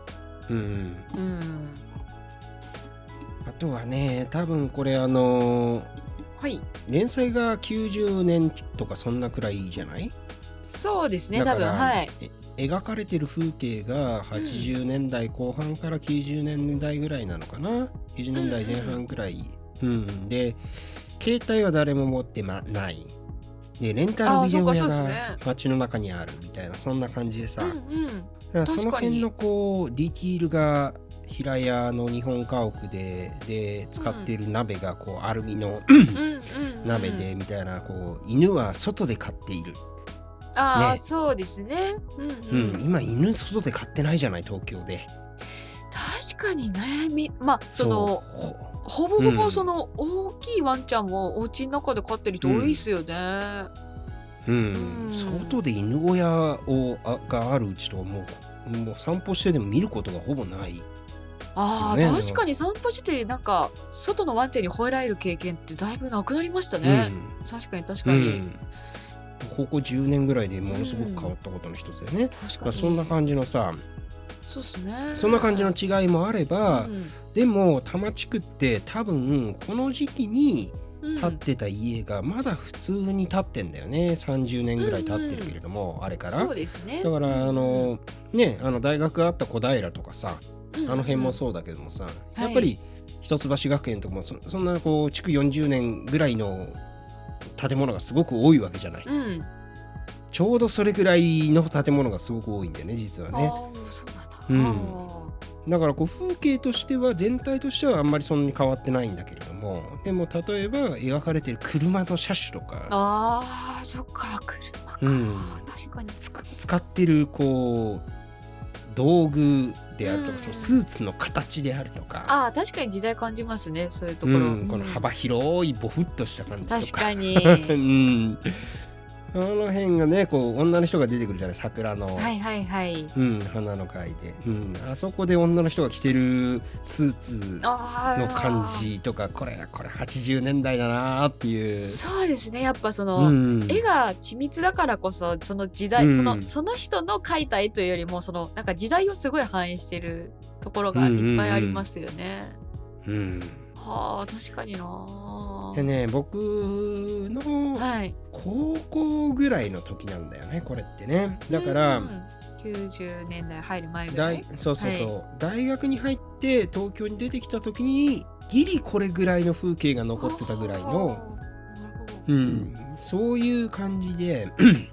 あとはね、多分これ連載が90年とかそんなくらいじゃない？ そうですね、多分描かれてる風景が80年代後半から90年代ぐらいなのかな、90年代前半ぐらい、で携帯は誰も持ってないで、レンタルビデオ屋が街の中にあるみたいな、そんな感じでさ、その辺のこうディティールが平屋の日本家屋で使っている鍋がこうアルミの鍋でみたいな、こう犬は外で飼っている。 そうですね。 今犬外で飼ってないじゃない、東京で。 確かにね。そのほぼほぼその大きいワンちゃんもお家の中で飼ってる人多いですよね。外で犬小屋があるうちともう散歩してでも見ることがほぼない。 確かに散歩してなんか外のワンちゃんに吠えられる経験ってだいぶなくなりましたね。確かに。 ここ10年ぐらいでものすごく変わったことの一つだよね。そんな感じのさ、 そうっすね、 そんな感じの違いもあれば、でも多摩地区って多分この時期に建ってた家がまだ普通に建ってんだよね。30年ぐらい経ってるけれども、あれから。 そうですね。 だから大学があった小平とかさ、あの辺もそうだけどもさ、やっぱり一橋学園とかもそんなこう築40年ぐらいの建物がすごく多いわけじゃない、ちょうどそれぐらいの建物がすごく多いんだよね、実はね。 そうなんだ。 だからこう風景としては全体としてはあんまりそんなに変わってないんだけれども、でも例えば描かれている車の車種とか、 そっか、車か、確かに使ってるこう道具であるとか、そのスーツの形であるとか、 確かに時代感じますね、そういうところ。 この幅広いボフッとした感じとか、 確かにあの辺がね、こう女の人が出てくるじゃない、桜の花の会で、あそこで女の人が着てるスーツの感じとか、これ80年代だなっていう。 そうですね、やっぱその、絵が緻密だからこそその時代、その人の描いた絵というよりもそのなんか時代をすごい反映してるところがいっぱいありますよね。確かにな。 でね、僕の高校ぐらいの時なんだよね、これってね。だから 90年代入る前ぐらい。 大学に入って東京に出てきた時にギリこれぐらいの風景が残ってたぐらいの、そういう感じで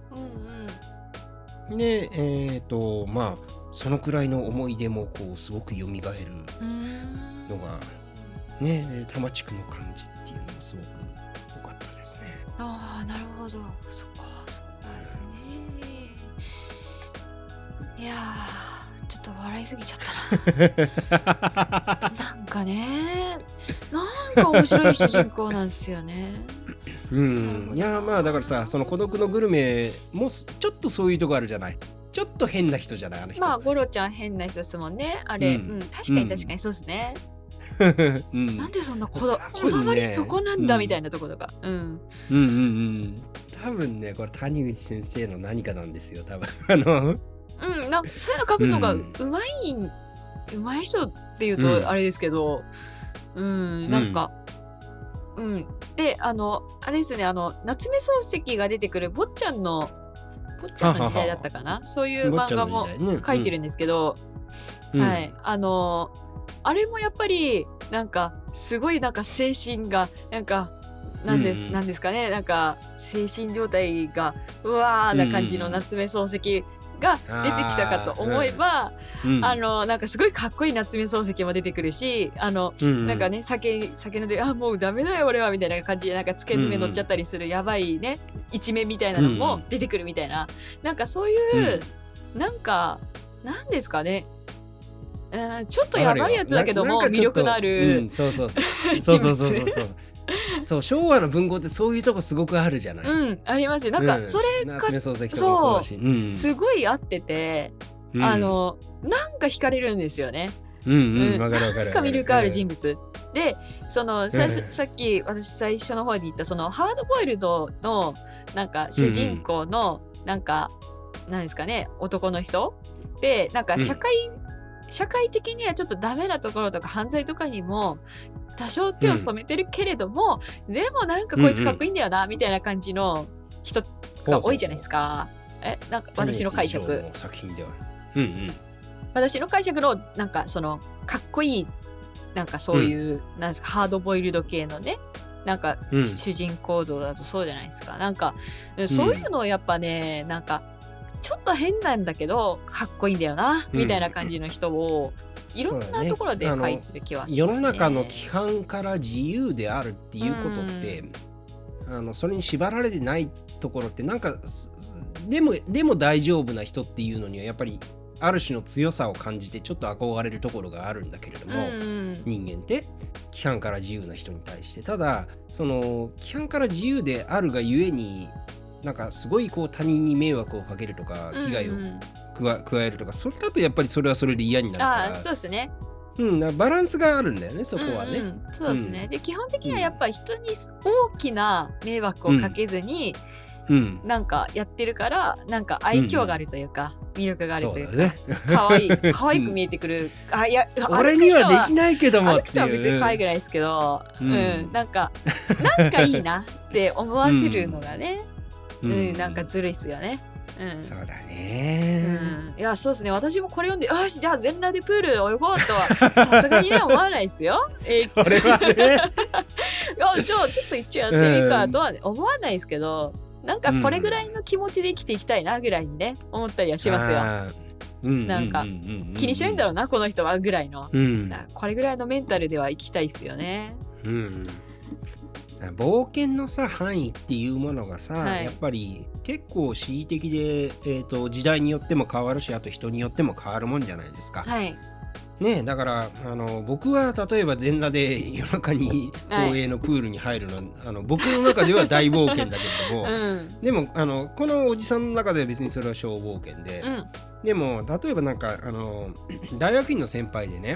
で、そのくらいの思い出もこうすごく蘇るのがね、多摩地区の感じっていうのもすごく良かったですね。 なるほど。そっか、そうなんですね。いやー、ちょっと笑いすぎちゃったな。なんかね、なんか面白い主人公なんですよね。 いやだからさ、その孤独のグルメもちょっとそういうとこあるじゃない。ちょっと変な人じゃない、あの人。 ゴロちゃん変な人ですもんね、あれ。確かにそうですね。なんでそんなこだわりそこなんだみたいなところとか。 多分ね、これ谷口先生の何かなんですよ、多分。そういうの書くのがうまい人っていうとあれですけど、なんかであれですね、夏目漱石が出てくる坊ちゃんの時代だったかな、そういう漫画も書いてるんですけど、あれもやっぱりなんかすごいなんか精神がなんかなんですかね、なんか精神状態がうわーな感じの夏目漱石が出てきたかと思えば、なんかすごいかっこいい夏目漱石も出てくるし、なんかね、酒飲んでもうダメだよ俺はみたいな感じでなんかつけ止め乗っちゃったりするやばいね一面みたいなのも出てくるみたいな、なんかそういう、なんかなんですかね、ちょっとやばいやつだけども魅力のある、 そう昭和の文豪ってそういうとこすごくあるじゃない。 ありますよ。なんかそれが、すごい合ってて、なんか惹かれるんですよね。 わかるわかる。 なんか魅力ある人物。で、その最初、さっき私最初の方に言ったそのハードボイルドのなんか主人公のなんか、なんですかね、男の人でなんか社会的にはちょっとダメなところとか犯罪とかにも多少手を染めてるけれども、でもなんかこいつかっこいいんだよな、みたいな感じの人が多いじゃないですか。なんか私の解釈。 作品では。 私の解釈のなんかそのかっこいいなんかそういう、なんですか、ハードボイルド系のね、なんか主人公像だとそうじゃないですか。なんかそういうのをやっぱね、なんかちょっと変なんだけどかっこいいんだよな、みたいな感じの人をいろんなところで書いてる気はしますね。 世の中の規範から自由であるっていうことって、それに縛られてないところってなんかでも大丈夫な人っていうのにはやっぱりある種の強さを感じてちょっと憧れるところがあるんだけれども、人間って規範から自由な人に対して、ただその規範から自由であるがゆえになんかすごいこう他人に迷惑をかけるとか危害を加えるとか、それだとやっぱりそれはそれで嫌になるから。 そうですね。 バランスがあるんだよね、そこはね。 そうですね。で基本的にはやっぱり人に大きな迷惑をかけずに、なんかやってるからなんか愛嬌があるというか、魅力があるというか、可愛く見えてくる。いや俺にはできないけどもっていう。歩く人は別に可愛くないですけど、なんかいいなって思わせるのがね、なんかずるいっすよね。 そうだね。 いやそうですね。私もこれ読んでよしじゃあ全裸でプール泳ごうとはさすがにね思わないですよ。 それはね。 ちょっと一応やってみるかとは思わないですけど、なんかこれぐらいの気持ちで生きていきたいなぐらいにね思ったりはしますよ。なんか気にしないんだろうなこの人はぐらいの、これぐらいのメンタルでは生きたいですよね。 冒険のさ範囲っていうものがさ、やっぱり結構恣意的で、時代によっても変わるし、あと人によっても変わるもんじゃないですか。ね、だから僕は例えば全裸で夜中に公営のプールに入るのは、僕の中では大冒険だけれども、でもこのおじさんの中では別にそれは小冒険で、でも例えばなんか大学院の先輩でね、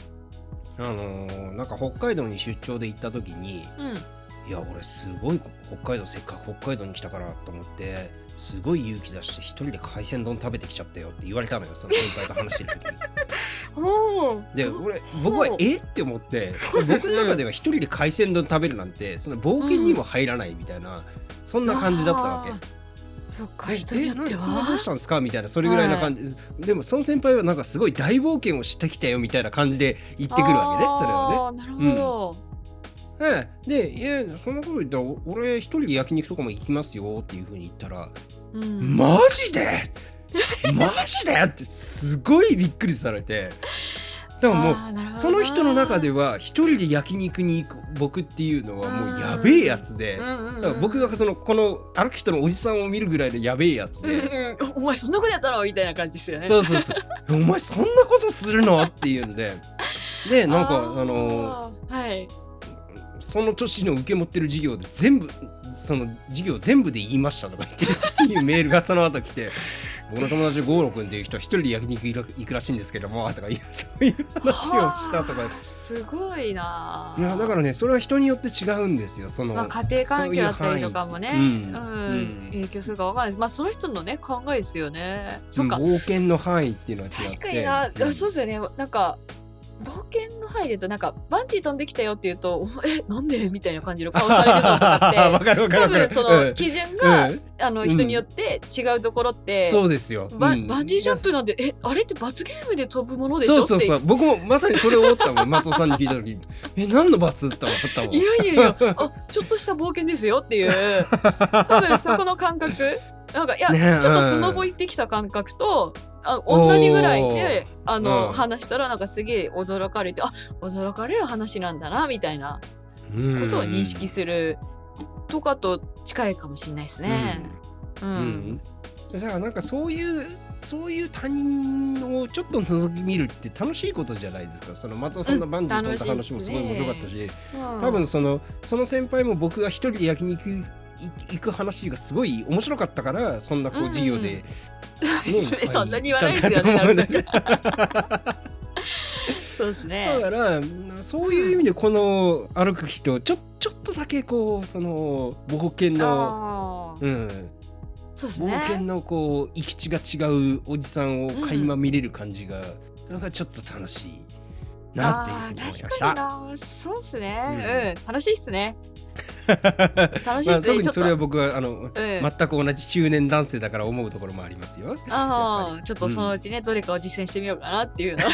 なんか北海道に出張で行った時に、いや俺すごい北海道せっかく北海道に来たからと思ってすごい勇気出して一人で海鮮丼食べてきちゃったよって言われたのよ、その先輩と話してる時に。で僕はって思って、僕の中では一人で海鮮丼食べるなんてその冒険にも入らないみたいな、そんな感じだったわけ。 そっか、人によってはそんなどうしたんですかみたいな、それぐらいな感じ、でもその先輩はなんかすごい大冒険をしてきたよみたいな感じで言ってくるわけね、それはね。 なるほど。 で、そんなこと言ったら俺一人で焼肉とかも行きますよっていう風に言ったら、マジでマジでってすごいびっくりされて、だからもうその人の中では一人で焼肉に行く僕っていうのはもうやべえやつで、だから僕がこの歩く人のおじさんを見るぐらいでやべえやつで、 お前そんなことやったのみたいな感じですよね。 そうお前そんなことするのっていうんで、なんかその年の受け持ってる授業で全部その授業全部で言いましたとか言っていうメールがその後来て、僕の友達ゴーロ君っていう人一人で焼肉行くらしいんですけどもとかそういう話をしたとか。 すごいな。 いやだからね、それは人によって違うんですよ。その家庭環境だったりとかもね、影響するかわかんないです。その人のね考えですよね。そっか、 冒険の範囲っていうのは違って。 確かにな、そうですよね。なんか冒険の範囲で言うとなんかバンジー飛んできたよって言うとなんでみたいな感じの顔されるのとかって多分その基準が、人によって違うところって、 そうですよ、 バンジージャンプなんてあれって罰ゲームで飛ぶものでしょって。 そう僕もまさにそれを思ったもん。松尾さんに聞いた時に何の罰って思ったもん。 いやちょっとした冒険ですよっていう多分そこの感覚なんかちょっとスノボ行ってきた感覚と同じぐらいで話したらなんかすげえ驚かれて、驚かれる話なんだなみたいなことを認識するとかと近いかもしれないですね。 だからなんかそういう他人をちょっと覗き見るって楽しいことじゃないですか。その松尾さんのバンジー飛んだ話もすごい面白かったし、多分その先輩も僕が一人で焼肉行く話がすごい面白かったからそんなこう授業で、 そんなに言わないですよね。そそうですね。 だからそういう意味でこの歩く人ちょっとだけこうその冒険のそうですね、 冒険のこう行き地が違うおじさんを垣間見れる感じが、なんかちょっと楽しいなっていうふうに思いました。 確かにな、そうですね、楽しいっすね。楽しいっすね。 特にそれは僕は全く同じ中年男性だから思うところもありますよ。 ちょっとそのうちね、どれかを実践してみようかなっていうの。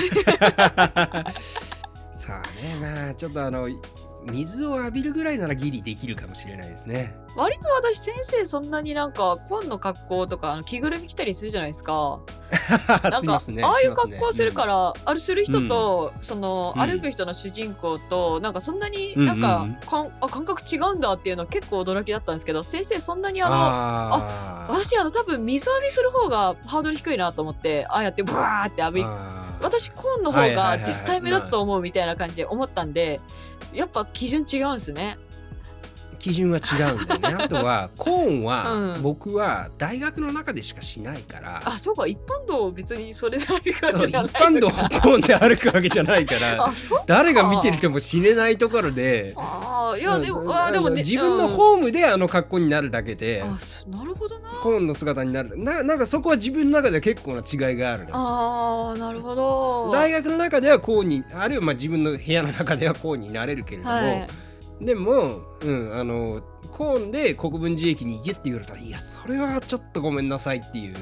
さあね、まあちょっと水を浴びるぐらいならギリできるかもしれないですね。 割と私先生そんなになんか紺の格好とか着ぐるみ着たりするじゃないですか。なんかああいう格好するから、あれする人と、その歩く人の主人公となんかそんなになんか、感覚違うんだっていうのは結構驚きだったんですけど、先生そんなに私多分水浴びする方がハードル低いなと思って、ああやってブワーって浴び私紺の方が絶対目立つと思うみたいな感じで思ったんで、やっぱ基準違うんですね。 基準は違うんだよね。あとはコーンは僕は大学の中でしかしないから、 そうか、一般道別にそれで歩くわけじゃないのか。 一般道をコーンで歩くわけじゃないから誰が見てるかもしれないところで、 いやでもね、 自分のホームで格好になるだけで、 なるほどな、 コーンの姿になる。なんかそこは自分の中で結構な違いがあるね。 なるほど。 大学の中ではコーンに、あるいは自分の部屋の中ではコーンになれるけれども、でも、コーンで国分寺駅に行けって言われたら、いやそれはちょっとごめんなさいっていう、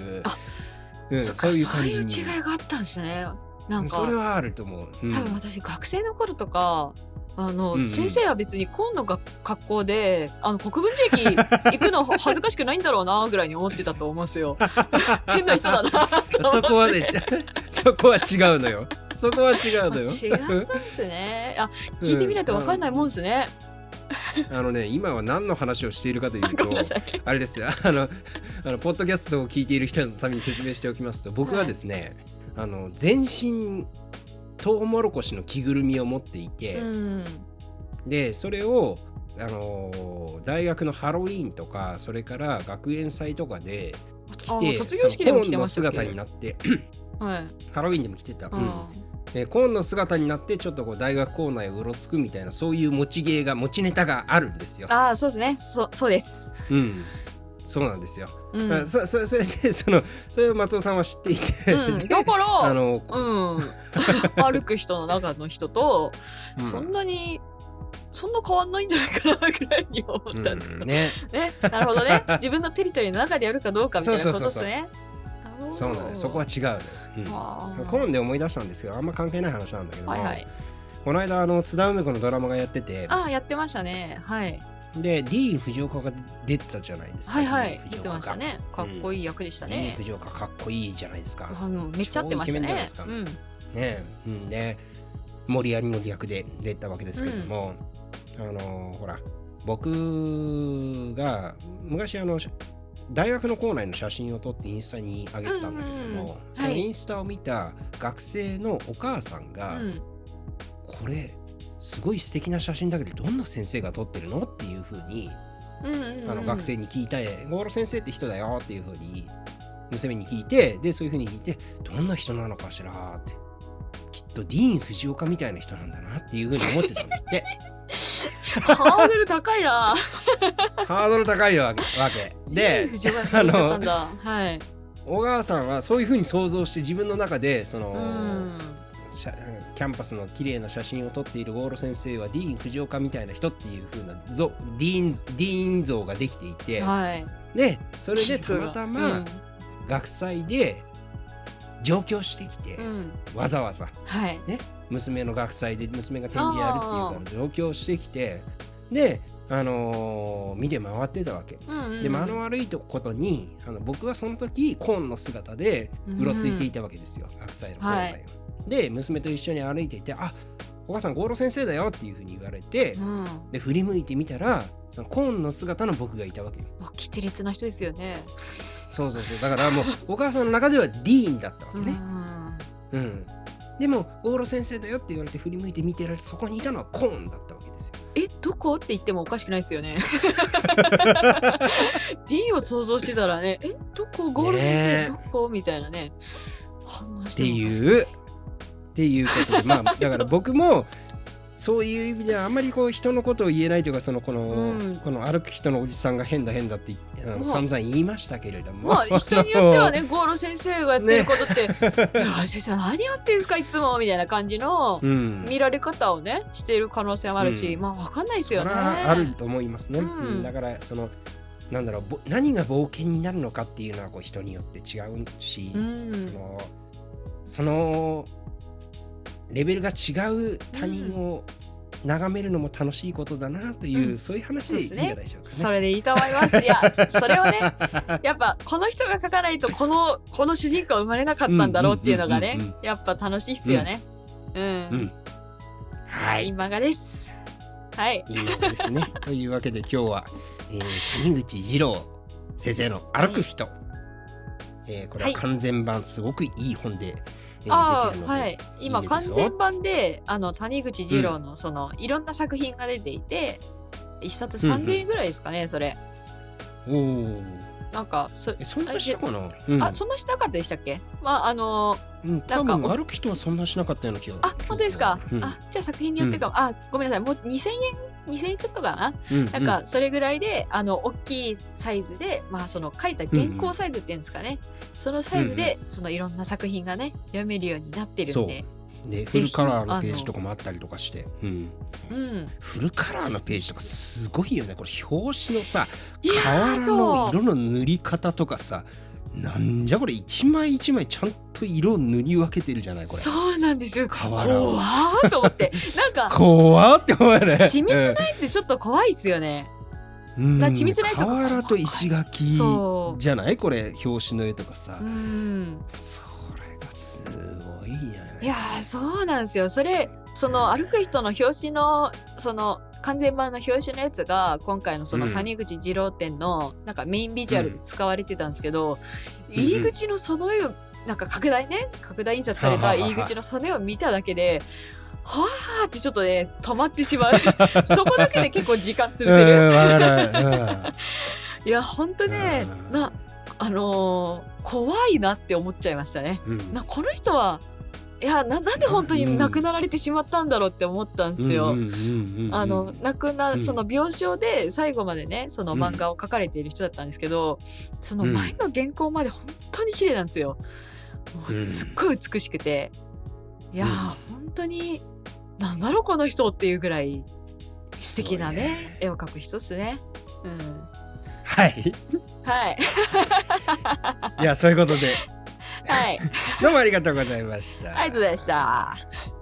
そういう感じに。 そういう違いがあったんですね。なんかそれはあると思う。 多分私学生の頃とか先生は別にコーンの格好で国分寺駅行くの恥ずかしくないんだろうなぐらいに思ってたと思うんですよ。変な人だな。 そこはね、そこは違うのよ。そこは違うのよ。 違ったんですね。聞いてみないと分かんないもんですね。 今は何の話をしているかというと、あれですよ、ポッドキャストを聞いている人のために説明しておきますと、僕はですね、全身トウモロコシの着ぐるみを持っていて、でそれを大学のハロウィーンとか、それから学園祭とかで着て、 卒業式でも着てましたっけ？ コーンの姿になって、ハロウィーンでも着てた。コーンの姿になってちょっとこう大学校内をうろつくみたいな、そういう持ちネタがあるんですよ。 そうですね。そうです。 そうなんですよ。それでそれを松尾さんは知っていて、 だから歩く人の中の人とそんな変わんないんじゃないかなぐらいに思ったんですけどね。なるほどね。自分のテリトリーの中でやるかどうかみたいなことですね。 そうなんです。そこは違うのよ。コーンで思い出したんですけど、あんま関係ない話なんだけども、この間津田梅子のドラマがやってて、 やってましたね。 でディーン・フジオカが出てたじゃないですか。 出てましたね。かっこいい役でしたね。 ディーン・フジオカかっこいいじゃないですか。 めっちゃ合ってましたね。 でモリアリの役で出たわけですけれども、ほら僕が昔大学の校内の写真を撮ってインスタに上げたんだけども、そのインスタを見た学生のお母さんが、これすごい素敵な写真だけどどんな先生が撮ってるのっていう風に学生に聞いて、ゴーロ先生って人だよっていう風に娘に聞いて、でそういう風に聞いて、どんな人なのかしらって、きっとディーン・フジオカみたいな人なんだなっていう風に思ってたんだってハードル高いな。 ハードル高いわけで、小川さんはそういう風に想像して自分の中でキャンパスの綺麗な写真を撮っているゴーロ先生はディーン・フジオカみたいな人っていう風なディーン像ができていて、でそれでたまたま学祭で上京してきて、わざわざ、娘の学祭で娘が展示やるっていうから上京してきて、で見て回ってたわけ。で間の悪いことに僕はその時コーンの姿でうろついていたわけですよ、学祭の校内を。で娘と一緒に歩いていて、お母さんゴーロ先生だよっていう風に言われて、で振り向いてみたらそのコーンの姿の僕がいたわけよ。 キテレツな人ですよね。 そうだからもうお母さんの中ではディーンだったわけね。でもゴーロ先生だよって言われて振り向いて見てられて、そこにいたのはコーンだったわけですよ。 どこって言ってもおかしくないですよね。D を想像してたらね、どこゴーロ先生どこみたいなね。 っていうっていうことでまあだから僕もそういう意味ではあんまりこう人のことを言えないというかこの歩く人のおじさんが変だって散々言いましたけれども、 まあ人によってはねゴーロ先生がやってることって、いや先生何やってんすかいつもみたいな感じの見られ方をねしている可能性もあるし、まあ分かんないですよね。 あると思いますね。だからなんだろう何が冒険になるのかっていうのはこう人によって違うし、そのレベルが違う他人を眺めるのも楽しいことだなという、そういう話でいいんじゃないでしょうかね。 それでいいと思います。いやそれをねやっぱこの人が書かないとこの主人公は生まれなかったんだろうっていうのがねやっぱ楽しいっすよね。はい、いい漫画です。はい、 いい漫画ですね。というわけで今日は、谷口二郎先生の歩く人、これは完全版すごくいい本で、 はい、今完全版で谷口二郎のいろんな作品が出ていて、一冊3000円ぐらいですかね、それ。なんかそんなしたかな、 そんなしなかったでしたっけ。まあ多分歩く人はそんなしなかったような気が。 本当ですか。じゃあ作品によってかも。ごめんなさい、もう2000円ちょっとかな、なんかそれぐらいで大きいサイズで書いた原稿サイズっていうんですかね、そのサイズでいろんな作品がね読めるようになってるんで、 フルカラーのページとかもあったりとかして、フルカラーのページとかすごいよね。これ表紙のさ瓦の色の塗り方とかさ、なんじゃこれ一枚一枚ちゃんと色を塗り分けてるじゃないこれ。 そうなんですよ。怖ーと思ってなんか怖ーって思うよね。 緻密ないってちょっと怖いっすよね。緻密ないとか瓦と石垣じゃないこれ表紙の絵とかさ。それがすごいよね。 いやそうなんですよ。それ歩く人の表紙の完全版の表紙のやつが今回の谷口二郎展のなんかメインビジュアルで使われてたんですけど、入り口のその絵をなんか拡大印刷された入り口のその絵を見ただけではーってちょっとね止まってしまうそこだけで結構時間潰せるいやほんとね怖いなって思っちゃいましたね。この人なんで本当に亡くなられてしまったんだろうって思ったんですよ。亡くな病床で最後までね漫画を描かれている人だったんですけど、その前の原稿まで本当に綺麗なんですよ。もうすっごい美しくて、いや本当になんだろうこの人っていうぐらい素敵なね絵を描く人っすね。 はいはいいやそういうことではい、 どうもありがとうございました。 ありがとうございました。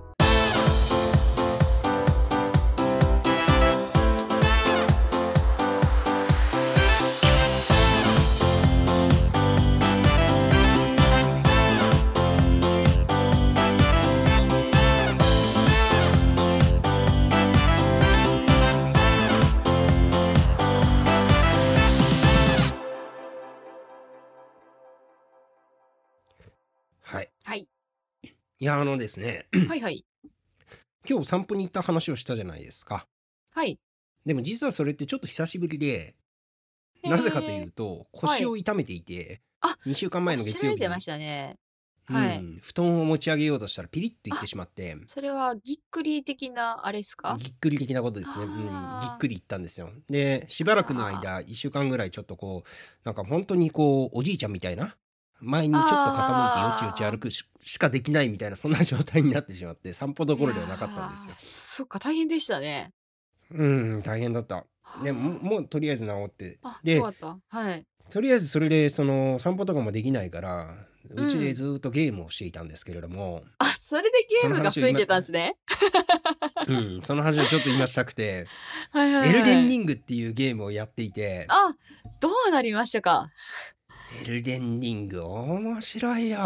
いやですねはいはい今日散歩に行った話をしたじゃないですか。 はい。 でも実はそれってちょっと久しぶりで、なぜかというと腰を痛めていて、2週間前の月曜日にましたね。 布団を持ち上げようとしたらピリッといってしまって。 それはぎっくり的なあれですか。 ぎっくり的なことですね。ぎっくりいったんですよ。でしばらくの間1週間ぐらいちょっとなんか本当におじいちゃんみたいな、前にちょっと傾いてよちよち歩くしかできないみたいな、そんな状態になってしまって、散歩どころではなかったんですよ。 そっか、大変でしたね。 大変だった。でもうとりあえず治って、でよかった。はい。 とりあえずそれで散歩とかもできないからうちでずっとゲームをしていたんですけれども、 それでゲームが増えてたんですね。 その話をちょっと今したくてエルデンリングっていうゲームをやっていて、 どうなりましたか。 エルデンリング面白いよ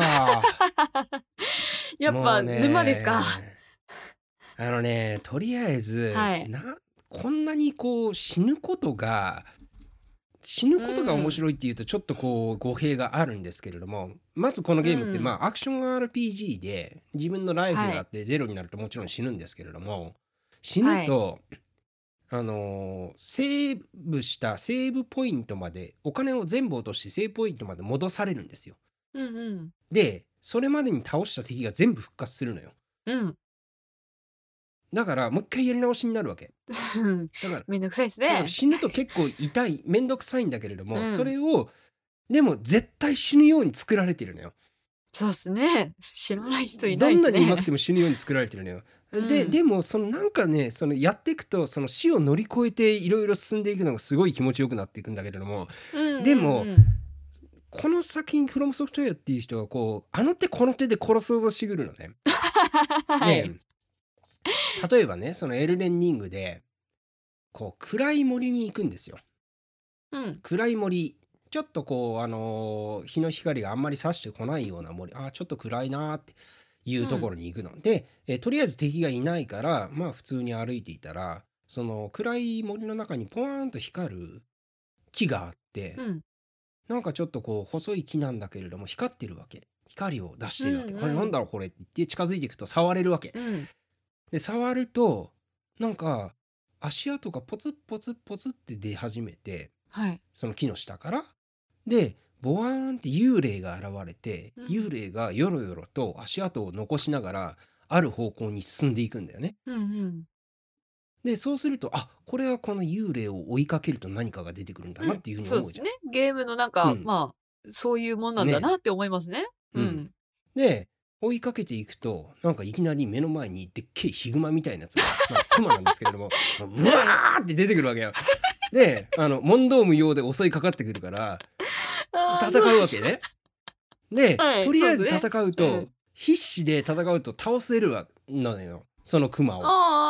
やっぱ沼ですか。 とりあえず、こんなに死ぬことが面白いっていうとちょっと語弊があるんですけれども、まずこのゲームってアクション RPG で自分のライフがあってゼロになるともちろん死ぬんですけれども、死ぬとセーブしたセーブポイントまでお金を全部落としてセーブポイントまで戻されるんですよ。でそれまでに倒した敵が全部復活するのよ。 うん。 だからもう一回やり直しになるわけ。だからめんどくさいですね。 死ぬと結構痛い、めんどくさいんだけれども、それをでも絶対死ぬように作られてるのよ。 そうですね。知らない人いなどいですね。 んなに上手くても死ぬように作られてるのよ。でもそのなんかね、そのやっていくとその死を乗り越えていろいろ進んでいくのがすごい気持ちよくなっていくんだけれども、でもこの作品フロムソフトウェアっていう人がこうあの手この手で殺そうとしてくるのね。で例えばね、そのエルデンリングでこう暗い森に行くんですよ。暗い森、ちょっとこう日の光があんまり差してこないような森、ちょっと暗いなーっていうところに行くので、とりあえず敵がいないからまあ普通に歩いていたら、その暗い森の中にポワーンと光る木があって、なんかちょっとこう細い木なんだけれども光ってるわけ。光を出してるわけ。これなんだろうこれって言って近づいていくと触れるわけ。で触るとなんか足跡がポツッポツッポツって出始めて、その木の下からでボワーンって幽霊が現れて、幽霊がよろよろと足跡を残しながらある方向に進んでいくんだよね。でそうするとこれはこの幽霊を追いかけると何かが出てくるんだなっていうふうに思うじゃん。 そうですね。ゲームのなんか、まあそういうもんなんだなって思いますね。 で追いかけていくとなんかいきなり目の前にでっけえヒグマみたいなやつが、クマなんですけれどもうわーって出てくるわけよ。で問答無用で襲いかかってくるから戦うわけね。で、とりあえず戦うと、必死で戦うと倒せるわのよ、そのクマを。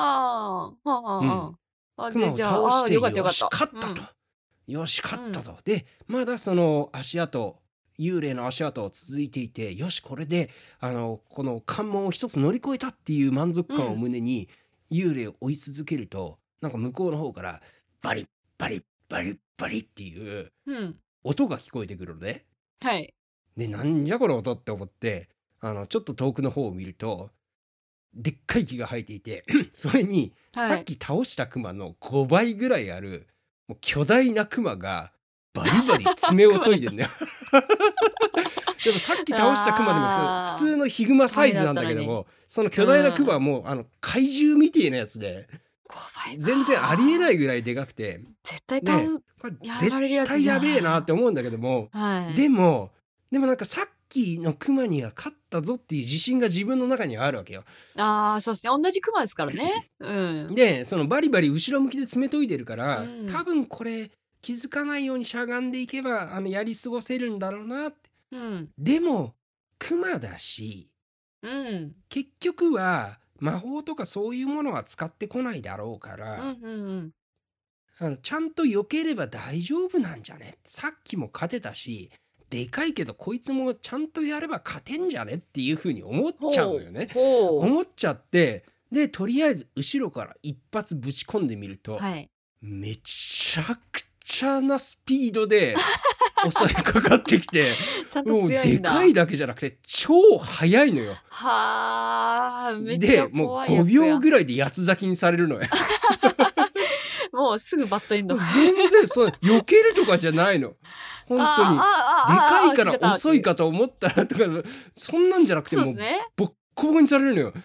クマを倒してよし勝ったと。よし勝ったと。でまだその足跡、幽霊の足跡続いていて、よしこれでこの関門を一つ乗り越えたっていう満足感を胸に幽霊を追い続けると、なんか向こうの方からバリッバリッバリッバリッっていう音が聞こえてくるのね。でなんじゃこの音って思ってちょっと遠くの方を見るとでっかい木が生えていてそれにさっき倒したクマの5倍ぐらいあるもう巨大なクマがバリバリ爪を研いでんだよでもさっき倒したクマでも普通のヒグマサイズなんだけども、その巨大なクマはもう怪獣みてえなやつで全然ありえないぐらいでかくて、 絶対絶対やべえなって思うんだけども、でもなんかさっきのクマには勝ったぞっていう自信が自分の中にはあるわけよ。 そうですね。同じクマですからね。 でそのバリバリ後ろ向きで爪研いでるから、多分これ気づかないようにしゃがんでいけばやり過ごせるんだろうなって。でもクマだし、結局は魔法とかそういうものは使ってこないだろうから、ちゃんと避ければ大丈夫なんじゃね、さっきも勝てたしでかいけどこいつもちゃんとやれば勝てんじゃねっていう風に思っちゃうのよね。思っちゃってでとりあえず後ろから一発ぶち込んでみると、めちゃくちゃなスピードで襲いかかってきてもうでかいだけじゃなくて超速いのよ。 めっちゃ怖いやつや。 でもう5秒ぐらいで八つ咲きにされるのよもうすぐバッドエンド。 全然避けるとかじゃないの。本当にでかいから遅いかと思ったらとかそんなんじゃなくてもうボッコボコにされるのよ。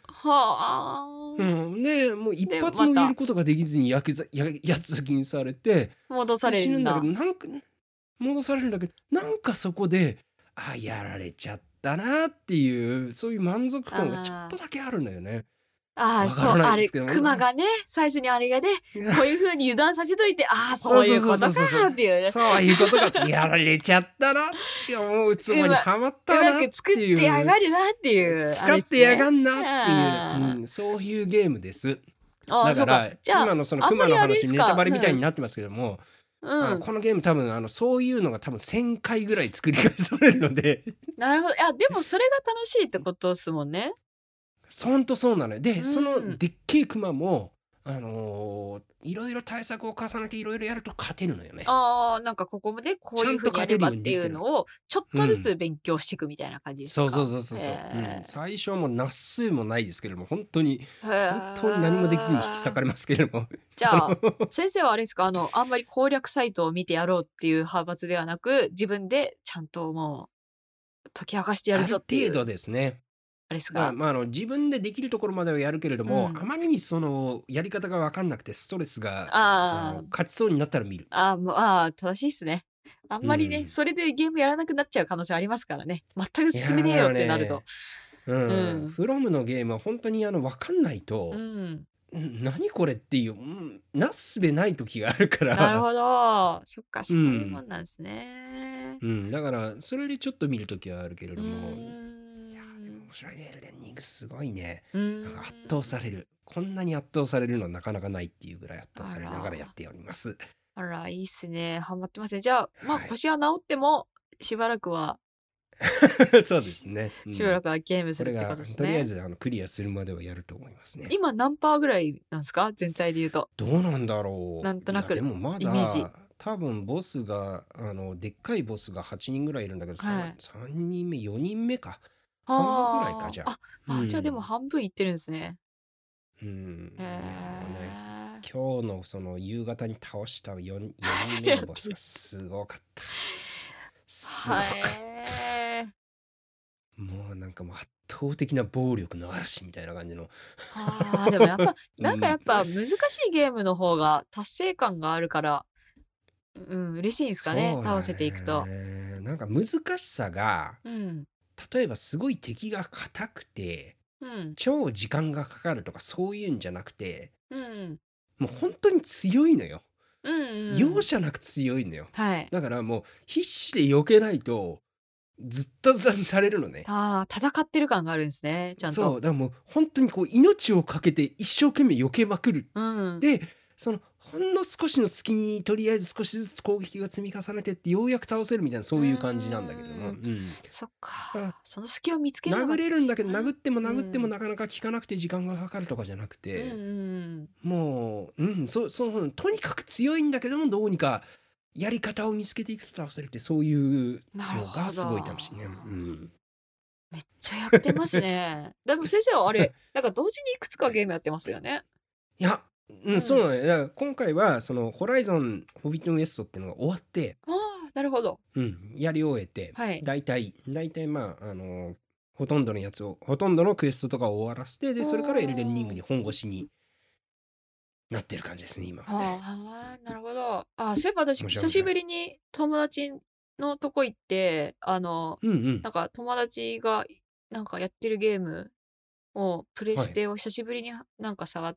でもう一発も言えることができずに八つ咲きにされて戻されるんだ。 戻されるんだけどなんかそこでやられちゃったなっていうそういう満足感がちょっとだけあるんだよね。 そうあれクマがね最初にあれがねこういう風に油断させといてそういうことかっていうね、 そういうことかやられちゃったなって思うつもりにはまったなっていう、 うまく作ってやがるなっていう使ってやがんなっていう、そういうゲームです。だから今のそのクマの話ネタバレみたいになってますけども、このゲーム多分そういうのが多分1000回ぐらい作り返されるのでなるほど。でもそれが楽しいってことですもんね。 ほんとそうなのよ。で、そのでっけえクマもいろいろ対策を重ねていろいろやると勝てるのよね。 なんかここでこういうふうにやればっていうのをちょっとずつ勉強していくみたいな感じですか。 そう、最初はもうなっすもないですけれども本当に何もできずに引き裂かれますけれどもじゃあ先生はあれですか、あんまり攻略サイトを見てやろうっていう派閥ではなく自分でちゃんともう解き明かしてやるぞっていう。 ある程度ですね。 あれですか？ 自分でできるところまではやるけれども、あまりにそのやり方が分かんなくてストレスが勝ちそうになったら見る。 正しいっすね。あんまりね、それでゲームやらなくなっちゃう可能性ありますからね。全く進めねえよってなると。 フロムのゲームは本当に分かんないと、何これっていう、なすすべない時があるから。 なるほど。そっか、そういうもんなんですね。 だからそれでちょっと見る時はあるけれども、いやでも面白いね。エルデンリングすごいね。なんか圧倒される。こんなに圧倒されるのはなかなかないっていうぐらい圧倒されながらやっております。 あら、いいっすね。ハマってますね。じゃあ、腰は治ってもしばらくはそうですね。 しばらくはゲームするってことですね。 とりあえずクリアするまではやると思いますね。 今何パーぐらいなんですか？全体で言うと。 どうなんだろう。 なんとなくでもまイメージ。 だ多分ボスがでっかいボスが8人ぐらいいるんだけど、3人目4人目か。半分ぐらいかじゃあ。 じゃあでも半分いってるんですね。 今日のその夕方に倒した4人目のボスがすごかった。すごかった。もうなんかもう圧倒的な暴力の嵐みたいな感じの。 でもやっぱなんかやっぱ難しいゲームの方が達成感があるから嬉しいんですかね、倒せていくと。 なんか難しさが、例えばすごい敵が硬くて、超時間がかかるとかそういうんじゃなくて、もう本当に強いのよ。容赦なく強いのよ。だからもう必死で避けないとずっとされるのね。 戦ってる感があるんですね、ちゃんと。 そう、だからもう本当にこう命をかけて一生懸命避けまくる。で、そのほんの少しの隙にとりあえず少しずつ攻撃が積み重ねてってようやく倒せるみたいなそういう感じなんだけども。 そっか。その隙を見つけるのが殴れるんだけど殴ってもなかなか効かなくて時間がかかるとかじゃなくて、もうそうとにかく強いんだけどもどうにかやり方を見つけていくと倒せるってそういうのがすごい楽しいね。 めっちゃやってますね。でも先生はあれなんか同時にいくつかゲームやってますよね。 いや、そうなのよ。だから今回はそのホライゾンホビットウエストっていうのが終わって、 なるほど。 やり終えて、だいたいほとんどのクエストとかを終わらせて、でそれからエルデンリングに本腰になってる感じですね今はね。 なるほど。そういえば私久しぶりに友達のとこ行ってなんか友達がなんかやってるゲームをプレステを久しぶりになんか触って、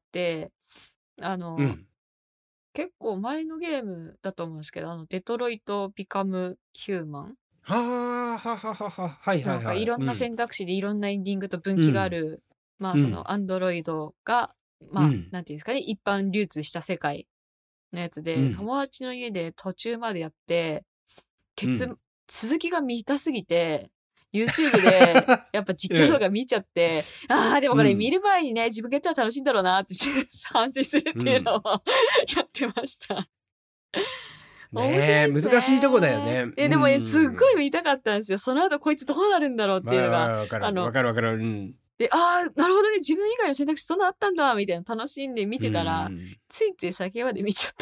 結構前のゲームだと思うんですけどデトロイト・ビカム・ヒューマン。なんかいろんな選択肢でいろんなエンディングと分岐がある、そのアンドロイドがなんていうんですかね、一般流通した世界のやつで、友達の家で途中までやって、続きが見たすぎて、YouTube でやっぱ実況動画見ちゃって、でもこれ見る前にね、自分がやったら楽しいんだろうなって反省するっていうのをやってました。 難しいとこだよね。 でもすっごい見たかったんですよ。その後こいつどうなるんだろうっていうのが。 わかる。 で、なるほどね、自分以外の選択肢そんなあったんだみたいな楽しんで見てたら、ついつい先まで見ちゃった。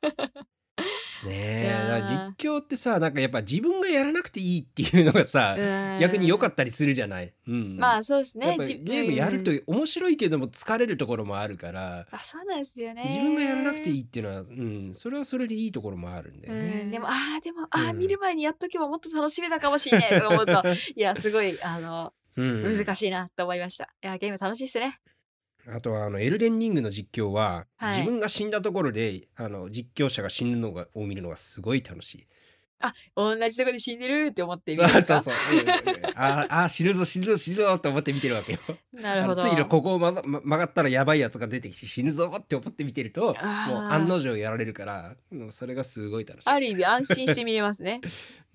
だから実況ってさ、なんかやっぱ自分がやらなくていいっていうのがさ、逆に良かったりするじゃない。 そうですね。 やっぱゲームやると面白いけども疲れるところもあるから、 そうなんですよね。 自分がやらなくていいっていうのは、それはそれでいいところもあるんだよね。 でも見る前にやっとけばもっと楽しめたかもしれないと思うと、いやすごい難しいなと思いました。いやゲーム楽しいですね。 あとはエルデンリングの実況は、自分が死んだところで実況者が死ぬのを見るのがすごい楽しい。 同じとこで死んでるって思って見るんですか？ そう死ぬぞって思って見てるわけよ。 なるほど。 ついのここを曲がったらやばいやつが出てきて死ぬぞって思って見てるともう案の定やられるから、それがすごい楽しい。 ある意味安心して見れますね。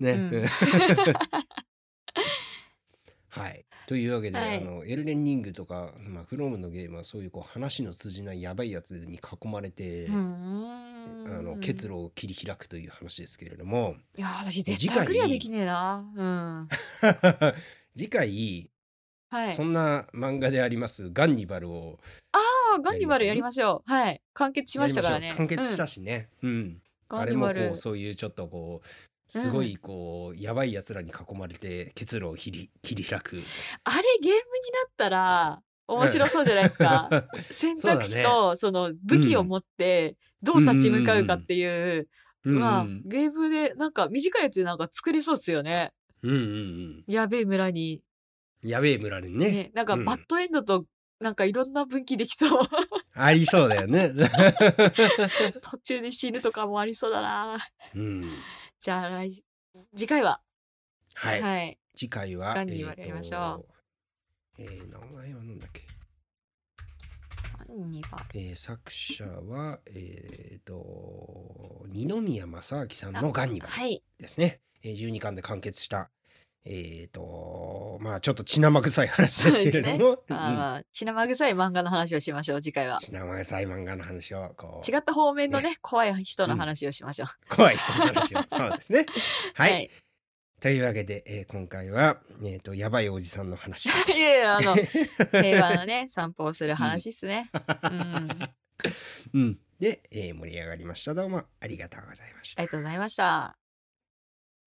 はい。というわけで、エルデンリングとか、フロムのゲームはそういう話の通じないやばいやつに囲まれて結露を切り開くという話ですけれども、 いや私絶対クリアできねえな。 次回、そんな漫画でありますガンニバルをガンニバルやりましょう。完結しましたからね。 完結したしね。あれもそういうちょっとすごいこうやばいやつらに囲まれて結露を切り開く。 あれゲームになったら面白そうじゃないですか。選択肢とその武器を持ってどう立ち向かうかっていう、ゲームでなんか短いやつでなんか作りそうですよね。やべえ村に。 やべえ村にね。 なんかバッドエンドとなんかいろんな分岐できそう。 ありそうだよね。 途中で死ぬとかもありそうだな。じゃあ次回は次回はガンニバルやりましょう。名前はなんだっけ。 ガンニバル。 作者は二宮正明さんのガンニバルですね。12巻で完結した。まあちょっと血生臭い話ですけれども、 血生臭い漫画の話をしましょう。次回は血生臭い漫画の話を違った方面のね怖い人の話をしましょう。 怖い人の話をそうですね。はい。というわけで、今回はやばいおじさんの話。 いやいや平和なね散歩をする話ですね。 で、盛り上がりました。どうもありがとうございました。 ありがとうございました。